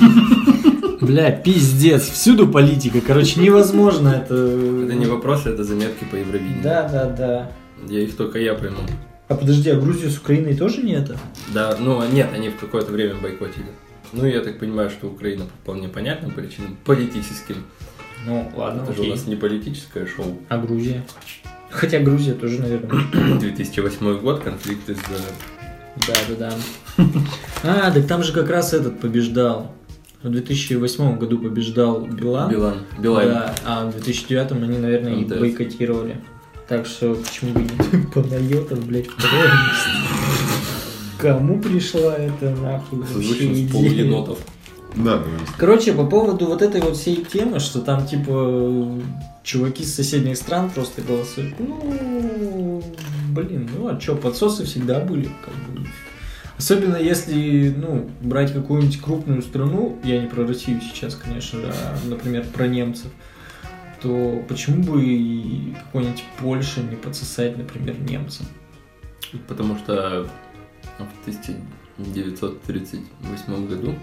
Speaker 2: Бля, пиздец, всюду политика. Короче, невозможно это...
Speaker 3: Это не вопросы, это заметки по Евровидению.
Speaker 2: Да, да, да.
Speaker 3: Я их только я пойму.
Speaker 2: А подожди, а Грузию с Украиной тоже не это?
Speaker 3: Да, ну нет, они в какое-то время бойкотили. Ну, я так понимаю, что Украина по вполне понятным причинам, политическим.
Speaker 2: Ну, ладно,
Speaker 3: Это же у нас не политическое шоу.
Speaker 2: А Грузия? Хотя Грузия тоже, наверное.
Speaker 3: две тысячи восьмой год, конфликт из-за...
Speaker 2: Да, да, да. А, так там же как раз этот побеждал. В две тысячи восьмом году побеждал Билан.
Speaker 3: Билан. Билайн.
Speaker 2: Да, а в две тысячи девятом они, наверное, и
Speaker 3: МТС.
Speaker 2: бойкотировали. Так что почему бы не Панайотов, блядь, второе место. Кому пришла эта нахуй вообще
Speaker 3: Звучит с полу
Speaker 2: идея?
Speaker 3: енотов.
Speaker 4: Да, да.
Speaker 2: Короче, по поводу вот этой вот всей темы, что там типа чуваки с соседних стран просто голосуют. Ну, блин, ну а чё, подсосы всегда были, как бы. Особенно если, ну, брать какую-нибудь крупную страну, я не про Россию сейчас, конечно же, а, например, про немцев, то почему бы и какой-нибудь Польше не подсосать, например, немцам?
Speaker 3: Потому что в тысяча девятьсот тридцать восьмом году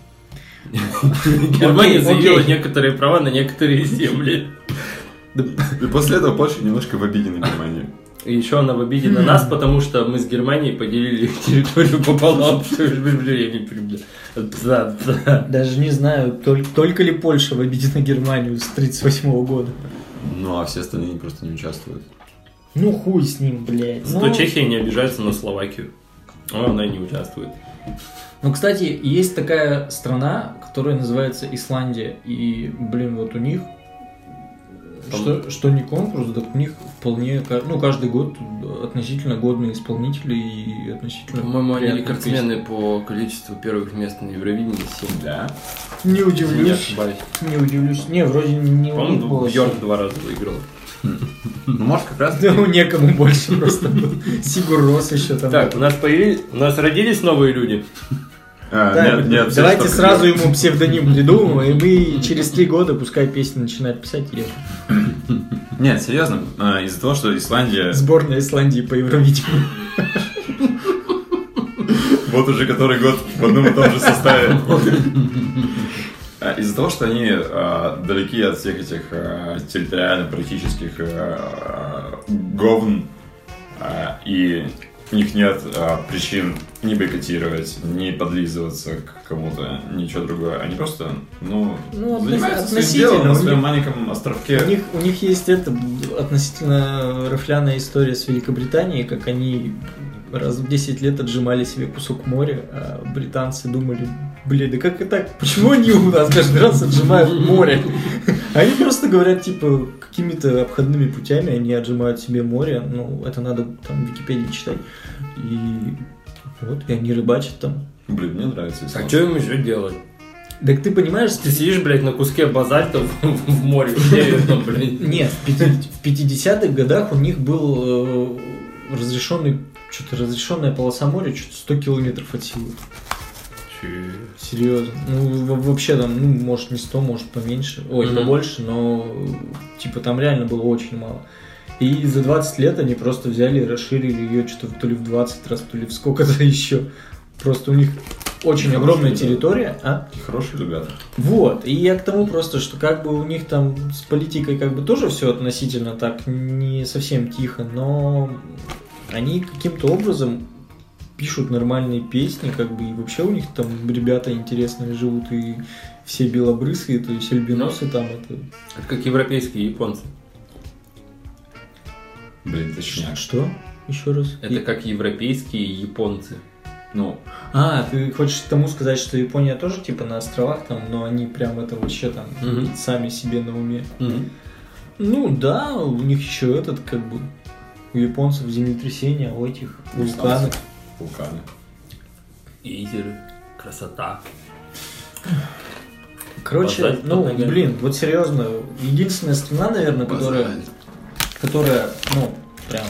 Speaker 3: Германия
Speaker 2: Окей,
Speaker 3: заявила
Speaker 2: окей.
Speaker 3: некоторые права на некоторые земли.
Speaker 4: И после этого Польша немножко в обиде на Германию.
Speaker 3: И еще она в обиде на нас, потому что мы с Германией поделили территорию пополам. Что ж, блин, я не понимаю. Да, да.
Speaker 2: Даже не знаю, только, только ли Польша в обиде на Германию с тридцать восьмого года.
Speaker 4: Ну, а все остальные просто не участвуют.
Speaker 2: Ну хуй с ним, блядь.
Speaker 3: Зато
Speaker 2: Ну,
Speaker 3: Чехия не обижается на Словакию. А она не участвует.
Speaker 2: Ну, кстати, есть такая страна, которая называется Исландия. И, блин, вот у них,
Speaker 3: Там-
Speaker 2: что, что не конкурс, так у них вполне, ка- ну, каждый год относительно годные исполнители и относительно...
Speaker 3: По-моему, они
Speaker 2: приятные
Speaker 3: рекордсмены по количеству первых мест на Евровидении. семь.
Speaker 4: Да.
Speaker 2: песни. Не
Speaker 3: Не
Speaker 2: удивлюсь,
Speaker 3: ошибаюсь.
Speaker 2: не удивлюсь. Не, вроде не у них
Speaker 3: По-моему,
Speaker 2: было.
Speaker 3: Бьорк два раза выиграл.
Speaker 4: Ну, может, как раз...
Speaker 2: Да, ну, некому больше просто был. Сигур Рос еще там.
Speaker 3: Так, у нас появились, у нас родились новые люди.
Speaker 4: А,
Speaker 2: Так,
Speaker 4: нет, нет,
Speaker 2: давайте
Speaker 4: все, что
Speaker 2: сразу
Speaker 4: придёт.
Speaker 2: ему псевдоним придумаем, и мы через три года пускай песни начинает писать и
Speaker 4: Нет, серьезно, а, из-за того, что Исландия...
Speaker 2: сборная Исландии по Евровидению.
Speaker 4: Вот уже который год в одном и том же составе. А, Из-за того, что они а, далеки от всех этих а, территориально-политических а, говн, а, и у них нет а, причин не бойкотировать, не подлизываться к кому-то, ничего другое. Они просто, ну,
Speaker 2: Ну,
Speaker 4: занимаются своим
Speaker 2: относительно,
Speaker 4: делом на
Speaker 2: у
Speaker 4: своем
Speaker 2: них-
Speaker 4: маленьком островке.
Speaker 2: У них, у них есть это относительно рафляная история с Великобританией, как они раз в десять лет отжимали себе кусок моря, а британцы думали, блин, да как и так? Почему они у нас каждый раз отжимают море? Они просто говорят, типа, какими-то обходными путями они отжимают себе море, ну, это надо там в Википедии читать, и вот, и они рыбачат там.
Speaker 4: Блин, мне нравится
Speaker 3: А
Speaker 4: Исландия.
Speaker 3: что им еще делать?
Speaker 2: Так ты понимаешь,
Speaker 3: Ты сидишь, блядь, на куске базальта в, в море. Где это, блядь?
Speaker 2: нет, в пяти- в пятидесятых годах у них был э, разрешенный, что-то разрешенная полоса моря, что-то сто километров от силы. Серьезно. Ну, в- вообще там, ну, может не сто, может поменьше, ой,
Speaker 3: Мгм.
Speaker 2: побольше, но типа там реально было очень мало. И за двадцать лет они просто взяли и расширили ее что-то то ли в двадцать раз, то ли в сколько-то еще. Просто у них очень
Speaker 4: Хорошие
Speaker 2: огромная
Speaker 4: ребята.
Speaker 2: территория, а?
Speaker 4: Хорошие ребята.
Speaker 2: Вот, и я к тому просто, что как бы у них там с политикой как бы тоже все относительно так не совсем тихо, но они каким-то образом пишут нормальные песни, как бы, и вообще у них там ребята интересные живут, и все белобрысые, то есть альбиносы там это...
Speaker 3: Это как европейские японцы.
Speaker 4: Блин, точняк.
Speaker 2: Что? Еще раз?
Speaker 3: Это
Speaker 2: И-
Speaker 3: как европейские японцы.
Speaker 4: Ну,
Speaker 2: А, ты хочешь тому сказать, что Япония тоже типа на островах там, но они прям это вообще там
Speaker 3: Мгм.
Speaker 2: сами себе на уме? Ну да, у них еще этот, как бы, у японцев землетрясения, у этих
Speaker 4: У
Speaker 2: вулканы.
Speaker 4: Вулканы.
Speaker 3: Гейзеры. Красота.
Speaker 2: Короче,
Speaker 3: Базарь
Speaker 2: ну,
Speaker 3: под ногами.
Speaker 2: блин, вот серьезно, единственная страна, наверное, которая,
Speaker 4: Базарь.
Speaker 2: которая, ну, прям,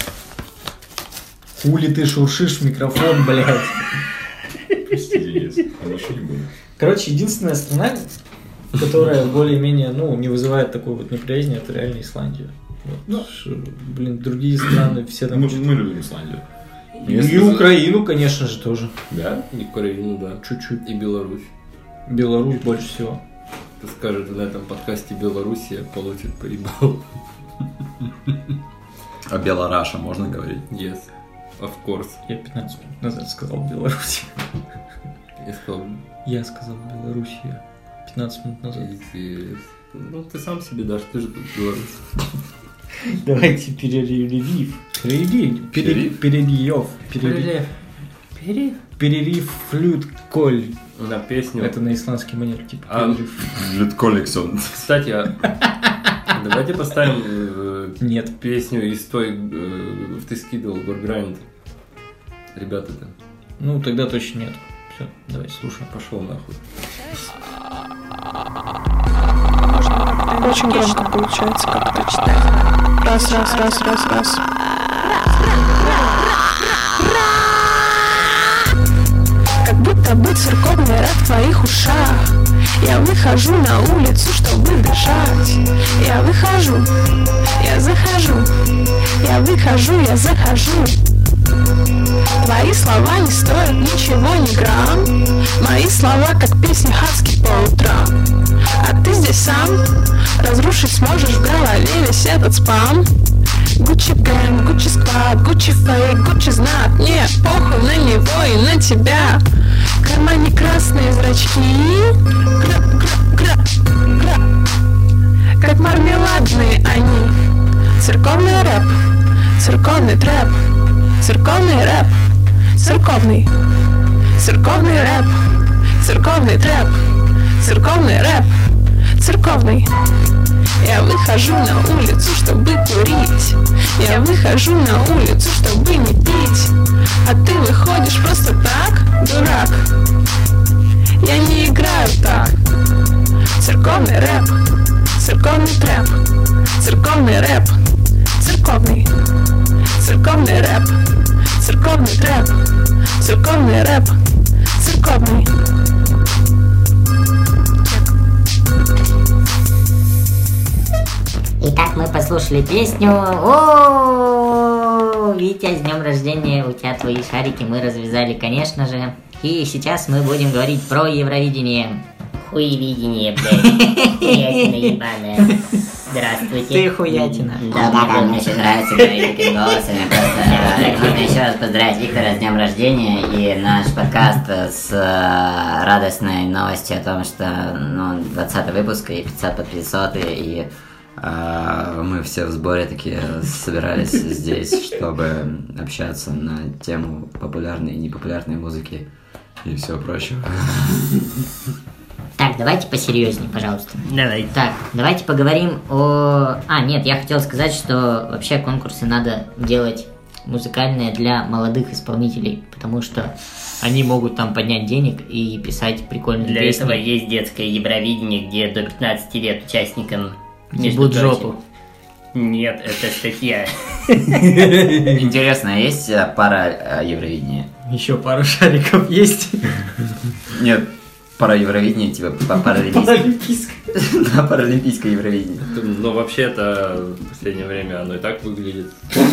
Speaker 2: хули ты шуршишь в микрофон, блядь.
Speaker 4: Прости, Денис, больше не буду.
Speaker 2: Короче, единственная страна, которая более-менее, ну, не вызывает такой вот неприязни, это реально Исландия. Вот.
Speaker 4: Ну.
Speaker 2: Ш- Блин, другие страны все там...
Speaker 4: Мы, мы любим Исландию.
Speaker 2: И
Speaker 4: Если-
Speaker 2: Украину, конечно же, тоже.
Speaker 4: Да?
Speaker 3: И Украину, да.
Speaker 2: Чуть-чуть.
Speaker 3: И Беларусь.
Speaker 2: Беларусь больше всего.
Speaker 3: Кто скажет на этом подкасте Белоруссия, получит поебал.
Speaker 4: А Белораша можно говорить?
Speaker 3: Yes. Of course.
Speaker 2: Я пятнадцать минут назад сказал Беларусь.
Speaker 3: Я сказал,
Speaker 2: Я сказал Белоруссия пятнадцать минут назад.
Speaker 3: yes. Ну, ты сам себе дашь, ты же тут Беларусь.
Speaker 2: Давайте перерыв. Перерыв. Перерыв. Перерыв. Перерыв.
Speaker 3: Перерыв.
Speaker 2: Перерыв флют коль.
Speaker 3: На песню.
Speaker 2: Это на исландский манер, типа
Speaker 3: А.
Speaker 2: перерыв.
Speaker 4: Жит Коллексон.
Speaker 3: Кстати, а давайте поставим э,
Speaker 2: Нет.
Speaker 3: песню из той, э, в ты скидывал Горграйнд. Ребята-то,
Speaker 2: Ну, тогда точно нет. Все, давай, слушаем.
Speaker 3: пошел нахуй.
Speaker 5: Очень громко получается как-то читать. Раз, раз, раз, раз, раз. Как будто бы церковный рэп в твоих ушах. Я выхожу на улицу, чтобы дышать. Я выхожу, я захожу. Я выхожу, я захожу. Твои слова не стоят ничего, ни грамм. Мои слова, как песни хаски по утрам. А ты здесь сам разрушить сможешь в голове весь этот спам. Гуччи Гэнг, Гуччи Сквад, Гуччи Фейк, Гуччи знак. Мне похуй на него и на тебя. В кармане красные зрачки. Гра, гра, гра, гра. Как мармеладные они. Церковный рэп, церковный трэп. Церковный рэп, церковный. Церковный рэп, церковный трэп. Церковный рэп, церковный. Я выхожу на улицу, чтобы курить. Я выхожу на улицу, чтобы не пить. А ты выходишь просто так, дурак. Я не играю так. Церковный рэп, церковный трэп. Церковный рэп, церковный. Церковный рэп, церковный трэп. Церковный рэп, церковный.
Speaker 8: Итак, мы послушали песню. О, Витя, с днем рождения, у тебя твои шарики мы развязали, конечно же. И сейчас мы будем говорить про Евровидение. Хуевидение, блядь. Хуятина ебаная. Здравствуйте.
Speaker 2: Ты хуятина.
Speaker 8: Да, да, да, мне очень нравится говорить таким голосом. Я просто нужно еще раз поздравить Виктора с днем рождения и наш подкаст с э, радостной новостью о том, что ну, двадцатый выпуск и пятьсот подписоты, и э, мы все в сборе такие собирались здесь, чтобы общаться на тему популярной и непопулярной музыки и всего прочего. Так, давайте посерьезнее, пожалуйста. Давай. Так, давайте поговорим о... А, нет, я хотел сказать, что вообще конкурсы надо делать музыкальные для молодых исполнителей, потому что они могут там поднять денег и писать прикольные
Speaker 9: Для
Speaker 8: песни.
Speaker 9: этого есть детское Евровидение, где до пятнадцати лет участникам
Speaker 8: Ебут жопу.
Speaker 9: Нет, это статья.
Speaker 8: Интересно, а есть э, пара э, Евровидения?
Speaker 2: Еще пару шариков есть.
Speaker 4: Нет,
Speaker 8: Пара Евровидения, типа па- паралимпийское.
Speaker 2: Паралимпийское.
Speaker 8: Да, паралимпийское Евровидение.
Speaker 3: Но вообще-то в последнее время оно и так выглядит.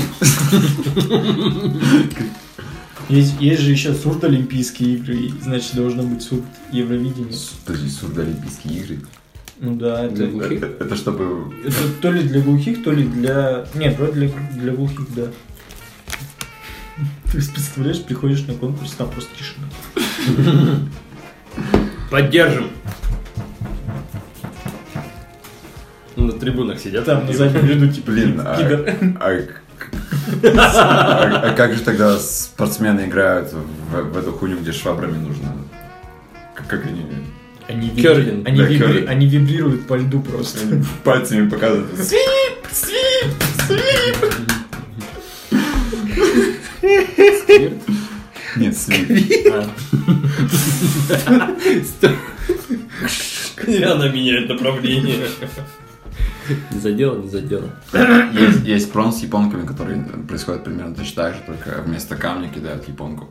Speaker 2: Есть, есть же еще сурдолимпийские игры, и, значит, должно быть сурд Евровидение.
Speaker 4: Подожди, сурдолимпийские игры.
Speaker 2: Ну да, это,
Speaker 3: Для глухих?
Speaker 4: Это, это чтобы...
Speaker 2: это то ли для глухих, то ли для... Нет, вроде для, для глухих, да. Ты представляешь, приходишь на конкурс, там просто тишина.
Speaker 3: Поддержим! На трибунах сидят.
Speaker 2: Там на заднем ряду, типа,
Speaker 4: Блин, а,
Speaker 2: пидор.
Speaker 4: а, а- а как же тогда спортсмены играют в, в эту хуйню, где швабрами нужно? Как, как они...
Speaker 2: Они, вибри-
Speaker 3: Кёрлинг.
Speaker 2: они,
Speaker 4: Да,
Speaker 2: вибри-
Speaker 4: кёрлинг.
Speaker 2: они вибрируют по льду просто.
Speaker 4: Они пальцами показывают. Свип, свип, свип. Нет, свит.
Speaker 3: Она меняет направление. Не задела, не задела.
Speaker 4: Есть, есть прон с японками, которые происходят примерно точно так же, только вместо камня кидают японку.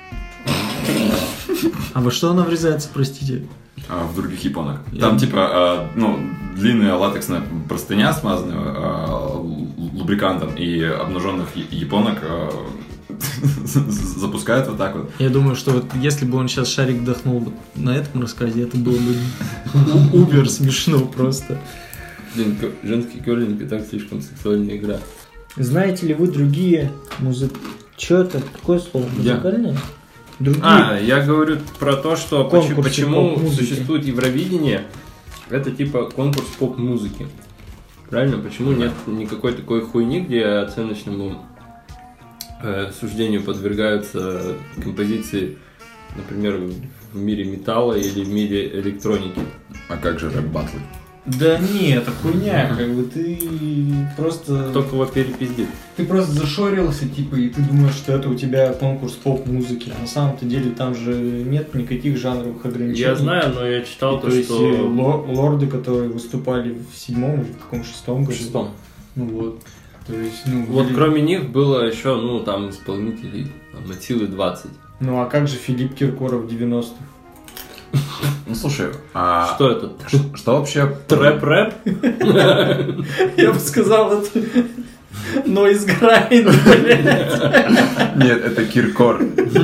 Speaker 2: А во что она врезается, простите?
Speaker 4: А, в других японок. Там Я... типа, а, ну, длинная латексная простыня, смазанная а, лубрикантом, и обнаженных японок а, запускают вот так вот.
Speaker 2: Я думаю, что вот если бы он сейчас шарик вдохнул на этом рассказе, это было бы убер смешно просто.
Speaker 3: Блин, женский керлинг и так слишком сексуальная игра.
Speaker 2: Знаете ли вы другие музыки? Что это? Какое слово? Музыкальное?
Speaker 3: Я...
Speaker 2: Другие...
Speaker 3: А, я говорю про то, что почему, почему существует Евровидение. Это типа конкурс поп-музыки. Правильно? Почему нет никакой такой хуйни, где оценочному э, суждению подвергаются композиции, например, в мире металла или в мире электроники?
Speaker 4: А как же рэп-баттлы?
Speaker 2: Да нет, это хуйня, как бы ты просто...
Speaker 3: Кто кого перепиздит.
Speaker 2: Ты просто зашорился, типа, и ты думаешь, что это у тебя конкурс поп-музыки. А на самом-то деле там же нет никаких жанровых ограничений.
Speaker 3: Я знаю, но я читал
Speaker 2: и,
Speaker 3: то,
Speaker 2: то
Speaker 3: что...
Speaker 2: есть лорды, которые выступали в седьмом или в каком шестом году.
Speaker 3: В шестом.
Speaker 2: Ну вот. То есть, ну...
Speaker 3: Вот
Speaker 2: были...
Speaker 3: кроме них было еще, ну, там, исполнителей там, от силы двадцать.
Speaker 2: Ну а как же Филипп Киркоров в девяностых?
Speaker 4: Ну слушай, а...
Speaker 3: Что это?
Speaker 4: Что, что вообще?
Speaker 3: Трэп-рэп?
Speaker 2: Я бы сказал, это нойз грайнд, блядь.
Speaker 4: Нет, это Киркор.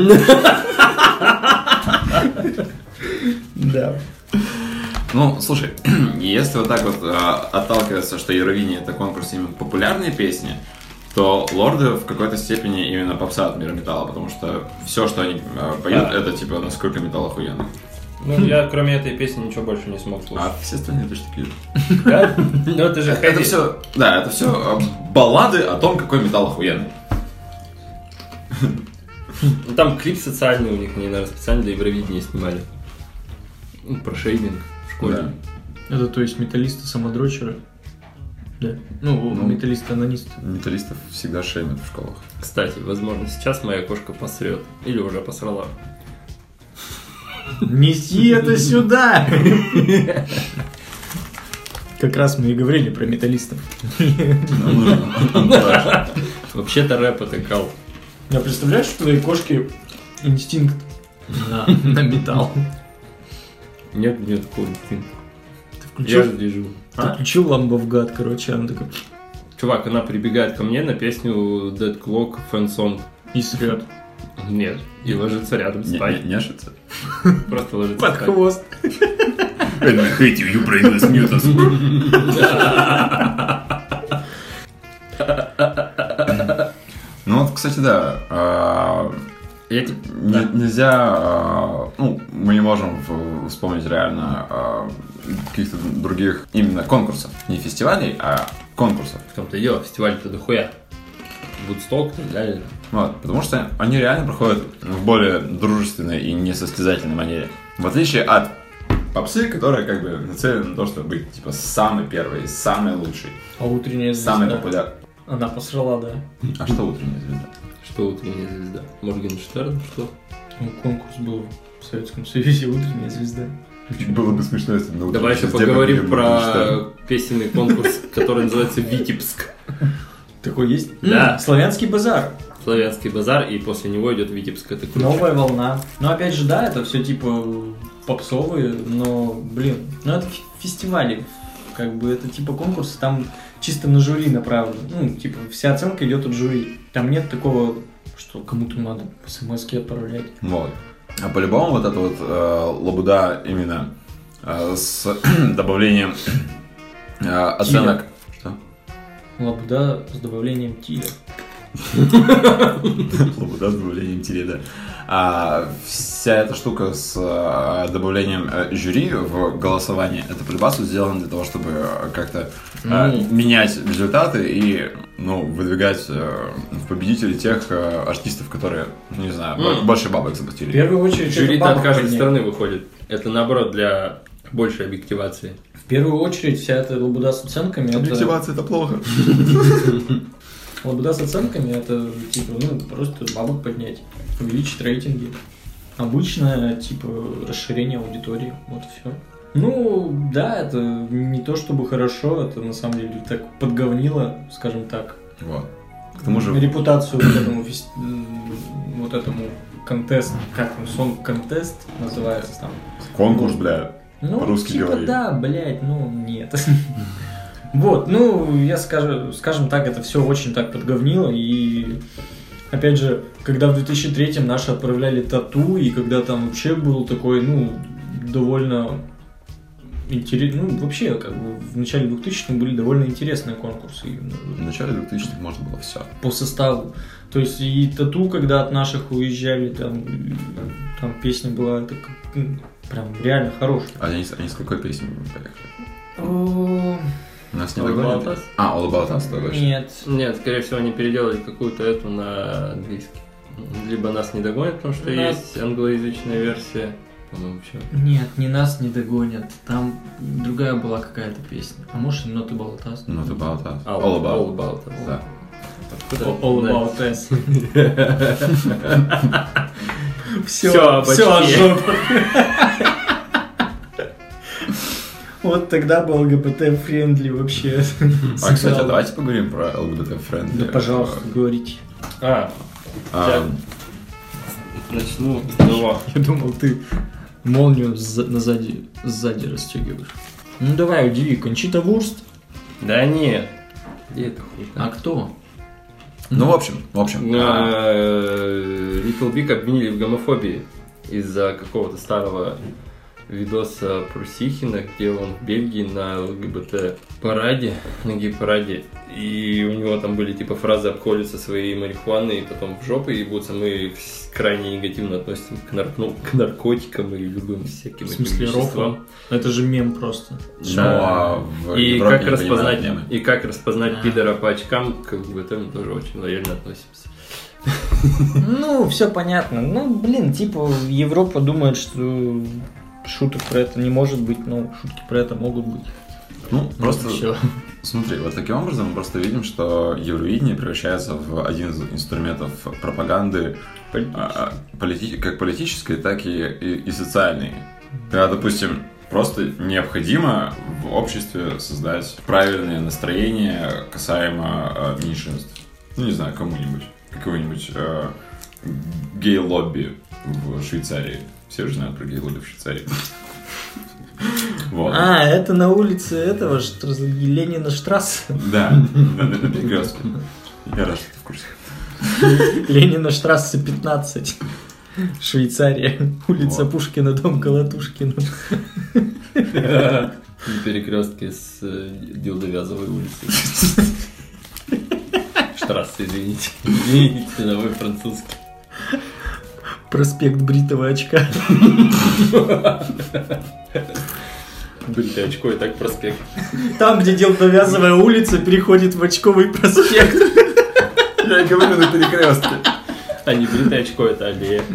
Speaker 2: Да.
Speaker 4: Ну, слушай, если вот так вот а, отталкиваться, что Евровидение это конкурс именно популярные песни, то лорды в какой-то степени именно попса от мира металла, потому что все, что они а, поют, это типа насколько металл охуенный.
Speaker 3: Ну, я кроме этой песни ничего больше не смог слушать.
Speaker 4: А все остальные точно такие.
Speaker 3: Да? Ну, это же
Speaker 4: это все, да, это все баллады о том, какой металл охуенный.
Speaker 3: Ну, там клип социальный у них, они, наверное, специально для Евровидения снимали. Ну, про шейдинг в школе.
Speaker 2: Да. Это, то есть, металлисты-самодрочеры? Да. Ну, ну металлисты-анонисты.
Speaker 4: Металлистов всегда шеймят в школах.
Speaker 3: Кстати, возможно, сейчас моя кошка посрет. Или уже посрала.
Speaker 2: Неси это сюда! Как раз мы и говорили про металлистов.
Speaker 3: Вообще-то рэп это кал.
Speaker 2: Я представляю, что у твоей кошки инстинкт на металл.
Speaker 3: Нет, нет такого инстинкта.
Speaker 2: Ты включил?
Speaker 3: Я же движу.
Speaker 2: Ты включил Lamb of God, короче, она такая...
Speaker 3: Чувак, она прибегает ко мне на песню Dead Clock Fan Song.
Speaker 2: И срет.
Speaker 3: Нет, и ложится рядом спать.
Speaker 4: Не, не ошибся?
Speaker 3: Просто ложится
Speaker 2: под
Speaker 3: спать.
Speaker 2: Под хвост.
Speaker 4: And I hate you, you brainless mutants. Ну вот, кстати, да.
Speaker 3: Я типа,
Speaker 4: не, да. Нельзя, э, ну, мы не можем в, вспомнить реально э, каких-то других именно конкурсов. Не фестивалей, а конкурсов.
Speaker 3: В том-то и дело, фестиваль-то дохуя. Вудсток и так далее.
Speaker 4: Вот, потому что они реально проходят в более дружественной и несостязательной манере. В отличие от попсы, которая как бы нацелена на то, чтобы быть типа самый первый, самый лучший.
Speaker 2: А утренняя звезда?
Speaker 4: Самый популярный.
Speaker 2: Она посрала, да.
Speaker 4: А что утренняя звезда?
Speaker 3: Что утренняя звезда? Моргенштерн, что?
Speaker 2: Ну, конкурс был в Советском Союзе «Утренняя звезда».
Speaker 4: Было бы смешно, если бы...
Speaker 3: Давай еще поговорим про песенный конкурс, который называется «Витебск».
Speaker 2: Такой есть?
Speaker 3: Да.
Speaker 2: Славянский базар.
Speaker 3: Славянский базар, и после него идет Витебск. Это круче.
Speaker 2: Новая волна. Ну, опять же, да, это все типа попсовые, но, блин, ну это фестивали. Как бы это типа конкурс, там чисто на жюри направлено. Ну, типа, вся оценка идет от жюри. Там нет такого, что кому-то надо смс-ки отправлять.
Speaker 4: Вот. А по-любому вот эта вот э, лабуда именно э, с добавлением э, оценок. Что?
Speaker 2: Лабуда с добавлением тиля.
Speaker 4: Лабуда с добавлением тиля, да. А вся эта штука с а, добавлением а, жюри в голосование, это по-любасу сделано для того, чтобы а, как-то а, ну, менять результаты и, ну, выдвигать а, в победители тех а, артистов, которые, ну, не знаю, mm. больше бабок заплатили.
Speaker 2: В первую очередь,
Speaker 3: жюри-то от каждой поднять. Стороны выходит. Это, наоборот, для большей объективации.
Speaker 2: В первую очередь, вся эта лабуда с оценками...
Speaker 4: Объективация это, это плохо.
Speaker 2: Лабуда с оценками это типа, ну, просто бабок поднять, увеличить рейтинги. Обычное, типа, расширение аудитории, вот и все. Ну, да, это не то чтобы хорошо, это на самом деле так подговнило, скажем так.
Speaker 4: Вот. К тому же...
Speaker 2: Репутацию вот этому, фест... вот этому контест, как он, сон-контест называется там.
Speaker 4: Конкурс, бля,
Speaker 2: ну,
Speaker 4: по-русски
Speaker 2: типа,
Speaker 4: говорить.
Speaker 2: Да, блядь, ну, нет. Вот, ну, я скажу, скажем так, это все очень так подговнило, и опять же, когда в две тысячи третьем наши отправляли тату, и когда там вообще был такой, ну, довольно интересный, ну, вообще, как бы, в начале двухтысячных были довольно интересные конкурсы.
Speaker 4: В начале двухтысячных можно было все.
Speaker 2: По составу. То есть и тату, когда от наших уезжали, там, там песня была так, прям реально хорошая.
Speaker 4: А они, они с какой песней поехали?
Speaker 2: О...
Speaker 4: У нас не
Speaker 3: All
Speaker 4: догонят?
Speaker 3: About Us?
Speaker 4: А, All About Us, точно.
Speaker 2: Нет.
Speaker 3: Нет, скорее всего, они переделали какую-то эту на английский. Либо нас не догонят, потому что
Speaker 2: Нас-
Speaker 3: есть англоязычная версия. По-моему, все.
Speaker 2: Нет, не нас не догонят. Там другая была какая-то песня. А может, Not About Us?
Speaker 4: Not About Us.
Speaker 3: All,
Speaker 4: All About.
Speaker 3: All About Us.
Speaker 4: Да.
Speaker 3: Откуда?
Speaker 2: All
Speaker 3: Да.
Speaker 2: About Us. Все,
Speaker 3: Всё,
Speaker 2: все,
Speaker 3: бачки.
Speaker 2: жопа. Вот тогда был ЛГБТ-френдли вообще.
Speaker 4: А, кстати, давайте поговорим про ЛГБТ-френдли.
Speaker 2: Да, пожалуйста, говорите.
Speaker 3: А,
Speaker 4: А,
Speaker 3: начну с того.
Speaker 2: Я думал, ты молнию сза- на сзади, сзади расстегиваешь. Ну давай, удиви, Кончита Вурст.
Speaker 3: Да нет. Где это хуй?
Speaker 2: А кто?
Speaker 4: Ну, в общем, в общем. а,
Speaker 3: Э, Little Big обвинили в гомофобии из-за какого-то старого видоса Прусихина, где он в Бельгии на ЛГБТ-параде, на гей-параде, и у него там были типа фразы «обходятся своей марихуаной, и потом в жопу ебутся». Мы вс- крайне негативно относимся к, нарко- к наркотикам и любым всяким
Speaker 2: В
Speaker 3: этим
Speaker 2: смысле,
Speaker 3: веществам.
Speaker 2: рофл? Это же мем просто.
Speaker 4: Ну, а в
Speaker 3: И
Speaker 4: Европе
Speaker 3: как
Speaker 4: не
Speaker 3: распознать,
Speaker 4: понимают мемы.
Speaker 3: и как распознать
Speaker 2: А.
Speaker 3: пидора по очкам, к ЛГБТ мы тоже очень лояльно относимся.
Speaker 2: Ну, все понятно. Ну, блин, типа, Европа думает, что шуток про это не может быть, но шутки про это могут быть.
Speaker 4: Ну, просто,
Speaker 2: Все.
Speaker 4: смотри, вот таким образом мы просто видим, что Евровидение превращается в один из инструментов пропаганды а, полити- как политической, так и, и, и социальной. Когда, допустим, просто необходимо в обществе создать правильное настроение касаемо э, меньшинств. Ну, не знаю, кому-нибудь. Какого-нибудь э, гей-лобби в Швейцарии. Все же знают про гей-лобби в Швейцарии. Вот.
Speaker 2: А, это на улице этого, что Ленина Штрассе.
Speaker 4: Да, на, на, на перекрестке. Я рад, что ты в курсе.
Speaker 2: Ленина Штрассе пятнадцать. Швейцария. Улица
Speaker 4: Вот.
Speaker 2: Пушкина, дом Колотушкина.
Speaker 3: На перекрестке с э, Дилдовязовой улицей. Штрассе, извините. Извините, на мой французский.
Speaker 2: Проспект Бритого очка.
Speaker 3: Бритое очко и так проспект.
Speaker 2: Там, где Делдовязовая улица переходит в Очковый проспект.
Speaker 4: Я и говорю на перекрестке.
Speaker 3: А не бритое очко, это аллея.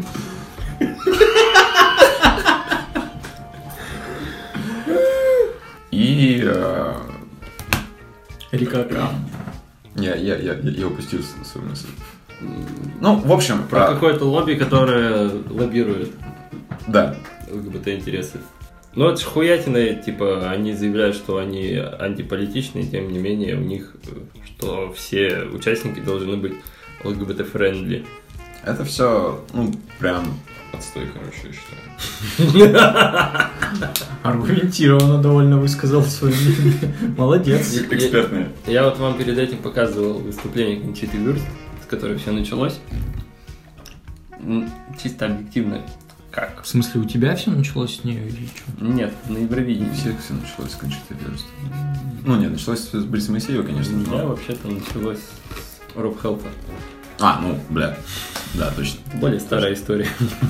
Speaker 4: И э,
Speaker 2: Река Крам.
Speaker 4: я, я, я, я, я упустил свою мысль. Ну, в общем,
Speaker 3: Про
Speaker 4: про...
Speaker 3: какое-то лобби, которое лоббирует
Speaker 4: Да.
Speaker 3: ЛГБТ-интересы. Ну, это ж хуятина, типа, они заявляют, что они антиполитичные, тем не менее, у них, э, что все участники должны быть ЛГБТ-френдли.
Speaker 4: Это все, ну, прям отстой, короче, я считаю.
Speaker 2: Аргументированно довольно высказал свое мнение. Молодец.
Speaker 4: Экспертные.
Speaker 3: Я вот вам перед этим показывал выступление Кончиты Вюрст, с которой все началось. М, Чисто объективно. Как?
Speaker 2: В смысле, у тебя все началось с нее или что?
Speaker 3: Нет, на Евровидении.
Speaker 4: Все, все началось с Кончиты Вюрст. Ну, нет, началось с Борисом Моисеева, конечно.
Speaker 3: У меня
Speaker 4: но-
Speaker 3: вообще-то началось с Роб Хелпа.
Speaker 4: А, ну, бля. Да, точно.
Speaker 3: Более старая история.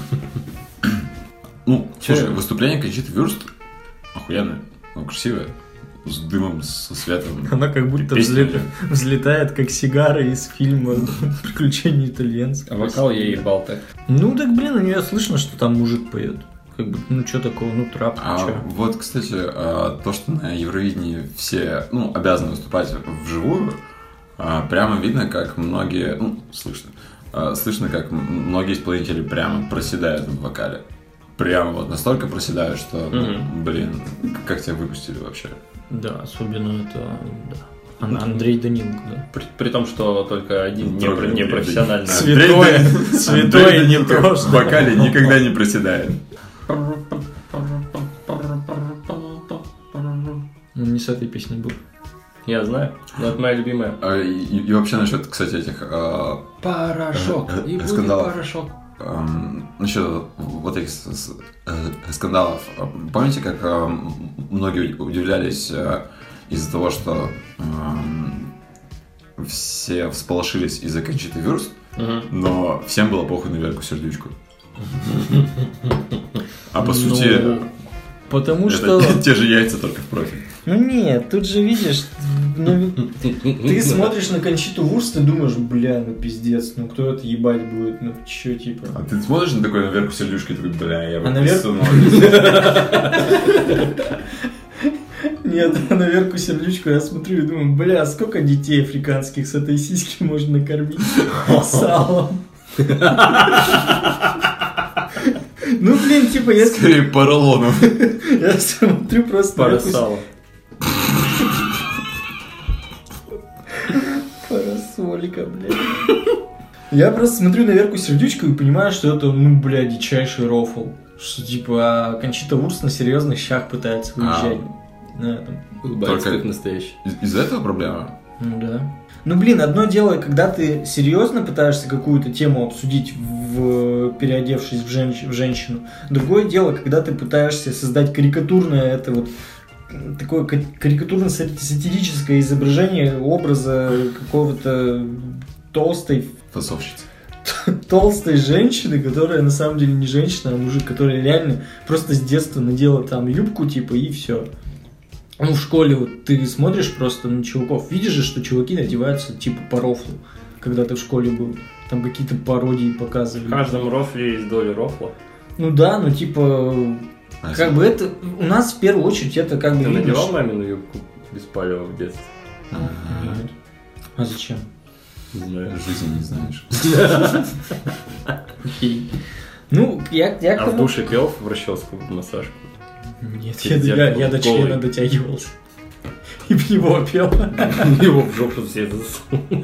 Speaker 4: Ну, слушай,
Speaker 3: Чё?
Speaker 4: выступление Кончиты Вюрст охуенное, ну, красивое. С дымом, со светом.
Speaker 2: Она как будто
Speaker 4: Песня.
Speaker 2: взлет- взлетает, как сигара из фильма «Приключения итальянцев».
Speaker 3: А вокал я ебал так.
Speaker 2: Ну так, блин, у нее слышно, что там мужик поет. Как бы, ну что такого, ну трап,
Speaker 4: А
Speaker 2: чё?
Speaker 4: вот, кстати, а, то, что на Евровидении все, ну, обязаны выступать вживую, А, прямо видно, как многие, ну, слышно, а, слышно, как м- многие исполнители прямо проседают в вокале. Прямо вот настолько проседают, что,
Speaker 3: Мгм.
Speaker 4: блин, как тебя выпустили вообще?
Speaker 2: Да, особенно это, да. Ан- Андрей Данилко, да.
Speaker 3: При, при том, что только один
Speaker 4: Только
Speaker 3: непро-
Speaker 4: Андрей
Speaker 3: непрофессиональный.
Speaker 4: Данилко.
Speaker 2: Святой,
Speaker 4: Андрей
Speaker 2: святой
Speaker 4: Данилко
Speaker 2: не то,
Speaker 4: в
Speaker 2: что-
Speaker 4: вокале никогда не проседает.
Speaker 2: Ну, не с этой песней был.
Speaker 3: Я знаю, но это моя любимая.
Speaker 4: А, и, и вообще насчет, кстати, этих а,
Speaker 3: Порошок,
Speaker 4: Э, э,
Speaker 3: и будет
Speaker 4: скандалов.
Speaker 3: порошок.
Speaker 4: Эм, насчет вот этих с- с- э, скандалов. Помните, как эм, многие удивлялись э, из-за того, что эм, все всполошились из-за Кончиты Вюрст,
Speaker 3: Мгм.
Speaker 4: но всем было похуй на Верку Сердючку. А по
Speaker 2: Ну,
Speaker 4: сути,
Speaker 2: Потому
Speaker 4: это
Speaker 2: что...
Speaker 4: те же яйца, только в профиль.
Speaker 2: Ну нет, тут же видишь, ну, ты смотришь на Кончиту Вурст и думаешь, бля, ну пиздец, ну кто это ебать будет, ну чё типа.
Speaker 4: А ты смотришь на такой на Верку Сердючку и такой, бля, я
Speaker 2: А
Speaker 4: бы
Speaker 2: на Вер-
Speaker 4: писанул.
Speaker 2: Нет, а на Верку Сердючку я смотрю и думаю, бля, сколько детей африканских с этой сиськи можно накормить салом. Ну блин, типа если...
Speaker 4: Скорее поролоном.
Speaker 2: Я смотрю просто на
Speaker 3: Пара
Speaker 2: Верку-
Speaker 3: сала.
Speaker 2: Парасолика, блядь. Я просто смотрю на Верку Сердючку и понимаю, что это, ну, бля, дичайший рофл. Что, типа, а Кончита Вурст на серьезных щах пытается выезжать. На этом.
Speaker 3: Улыбается
Speaker 4: Только-
Speaker 3: как настоящий.
Speaker 4: Из- Из-за этого проблема?
Speaker 2: Ну да. Ну, блин, одно дело, когда ты серьезно пытаешься какую-то тему обсудить, в, переодевшись в, женщ- в женщину. Другое дело, когда ты пытаешься создать карикатурное, это вот такое ка- карикатурно-сатирическое изображение образа какого-то толстой
Speaker 4: Тусовщица.
Speaker 2: толстой женщины, которая на самом деле не женщина, а мужик, который реально просто с детства надела там юбку, типа, и все. Ну, в школе вот ты смотришь просто на чуваков, видишь же, что чуваки надеваются типа по рофлу, когда ты в школе был. Там какие-то пародии
Speaker 3: В
Speaker 2: показывали.
Speaker 3: каждом рофле есть доля рофла.
Speaker 2: Ну да, ну типа,
Speaker 4: А
Speaker 2: как бы это, у нас в первую очередь это как бы
Speaker 3: Ты
Speaker 2: видно,
Speaker 3: надевал
Speaker 2: что-
Speaker 3: мамину юбку без палева в детстве?
Speaker 2: Нет. А зачем?
Speaker 3: Не знаю.
Speaker 4: Жизни не знаешь.
Speaker 2: Ну, я, я к
Speaker 3: А в
Speaker 2: тому-
Speaker 3: душе пел в расческу в массажку?
Speaker 2: Нет,
Speaker 3: Перед
Speaker 2: я, я,
Speaker 3: зеркалом
Speaker 2: я до
Speaker 3: голый.
Speaker 2: члена дотягивался. И в него пел.
Speaker 3: Его в жопу все засунули.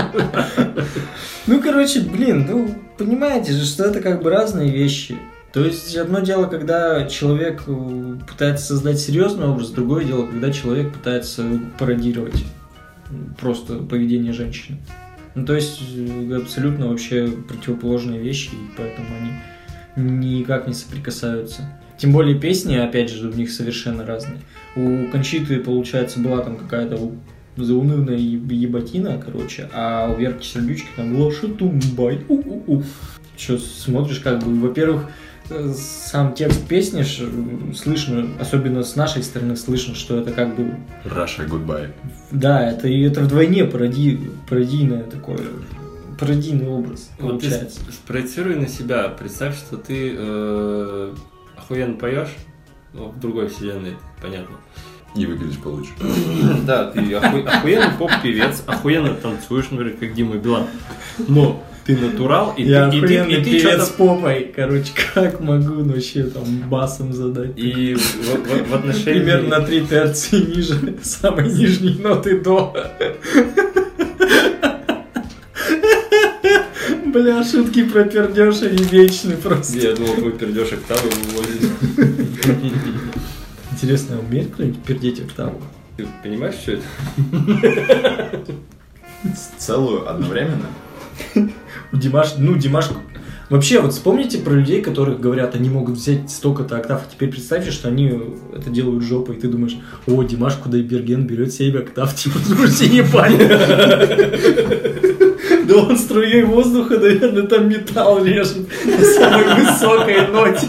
Speaker 2: Ну, короче, блин, ну, понимаете же, что это как бы разные вещи. То есть, одно дело, когда человек э, пытается создать серьезный образ, другое дело, когда человек пытается пародировать просто поведение женщины. Ну, то есть, э, абсолютно вообще противоположные вещи, и поэтому они никак не соприкасаются. Тем более песни, опять же, у них совершенно разные. У Кончиты, получается, была там какая-то заунывная еб- ебатина, короче, а у Верки Сердючки там лоша тумбай, у-у-у. Что, смотришь, как бы, во-первых, э, сам текст песни ш- слышно, особенно с нашей стороны слышно, что это как бы,
Speaker 4: Russia goodbye.
Speaker 2: да, это, и это вдвойне пароди, пародийное такое, пародийный образ
Speaker 3: Вот ты
Speaker 2: получается.
Speaker 3: с- спроецируй на себя. Представь, что ты э, охуенно поешь, ну, в другой вселенной, понятно.
Speaker 4: И выглядишь получше.
Speaker 3: Да, ты оху- охуенный поп-певец, охуенно танцуешь, например, как Дима Билан. Но ты натурал, и
Speaker 2: Я
Speaker 3: ты, и ты,
Speaker 2: охуенный
Speaker 3: и ты
Speaker 2: певец
Speaker 3: что-то...
Speaker 2: попой, короче, как могу вообще там басом задать.
Speaker 3: И в, в- в отношении...
Speaker 2: Примерно на три терции ниже самой нижней ноты до. Бля, шутки про пердеж, они вечны просто.
Speaker 3: Я думал, твой пердеж октавы выводит.
Speaker 2: Интересно, а умеет кто-нибудь пердеть октаву?
Speaker 3: Ты понимаешь, что это?
Speaker 4: Целую одновременно?
Speaker 2: Димаш, ну, Димаш... Вообще, вот вспомните про людей, которых говорят, они могут взять столько-то октав, а теперь представьте, что они это делают жопой, и ты думаешь, о, Димаш Кудайберген берет семь октав, типа, слушайте, ебать. Да он струей воздуха, наверное, там металл режет на самой высокой ноте.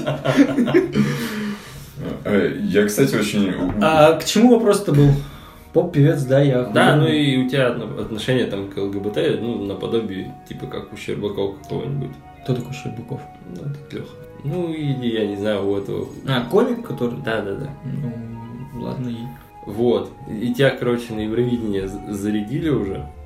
Speaker 4: Э, Я, кстати, очень...
Speaker 2: А к чему вопрос-то был? Поп-певец, да, я
Speaker 3: Да, ну
Speaker 2: охуенный.
Speaker 3: и у тебя отно- отношение там к ЛГБТ, ну, наподобие, типа, как у Щербакова какого-нибудь.
Speaker 2: Кто такой Щербаков?
Speaker 3: Ну, этот Леха. Ну, или, я не знаю, у этого...
Speaker 2: А, комик, который?
Speaker 3: Да-да-да.
Speaker 2: Ну, ладно, и...
Speaker 3: Вот. И тебя, короче, на Евровидение з- зарядили уже.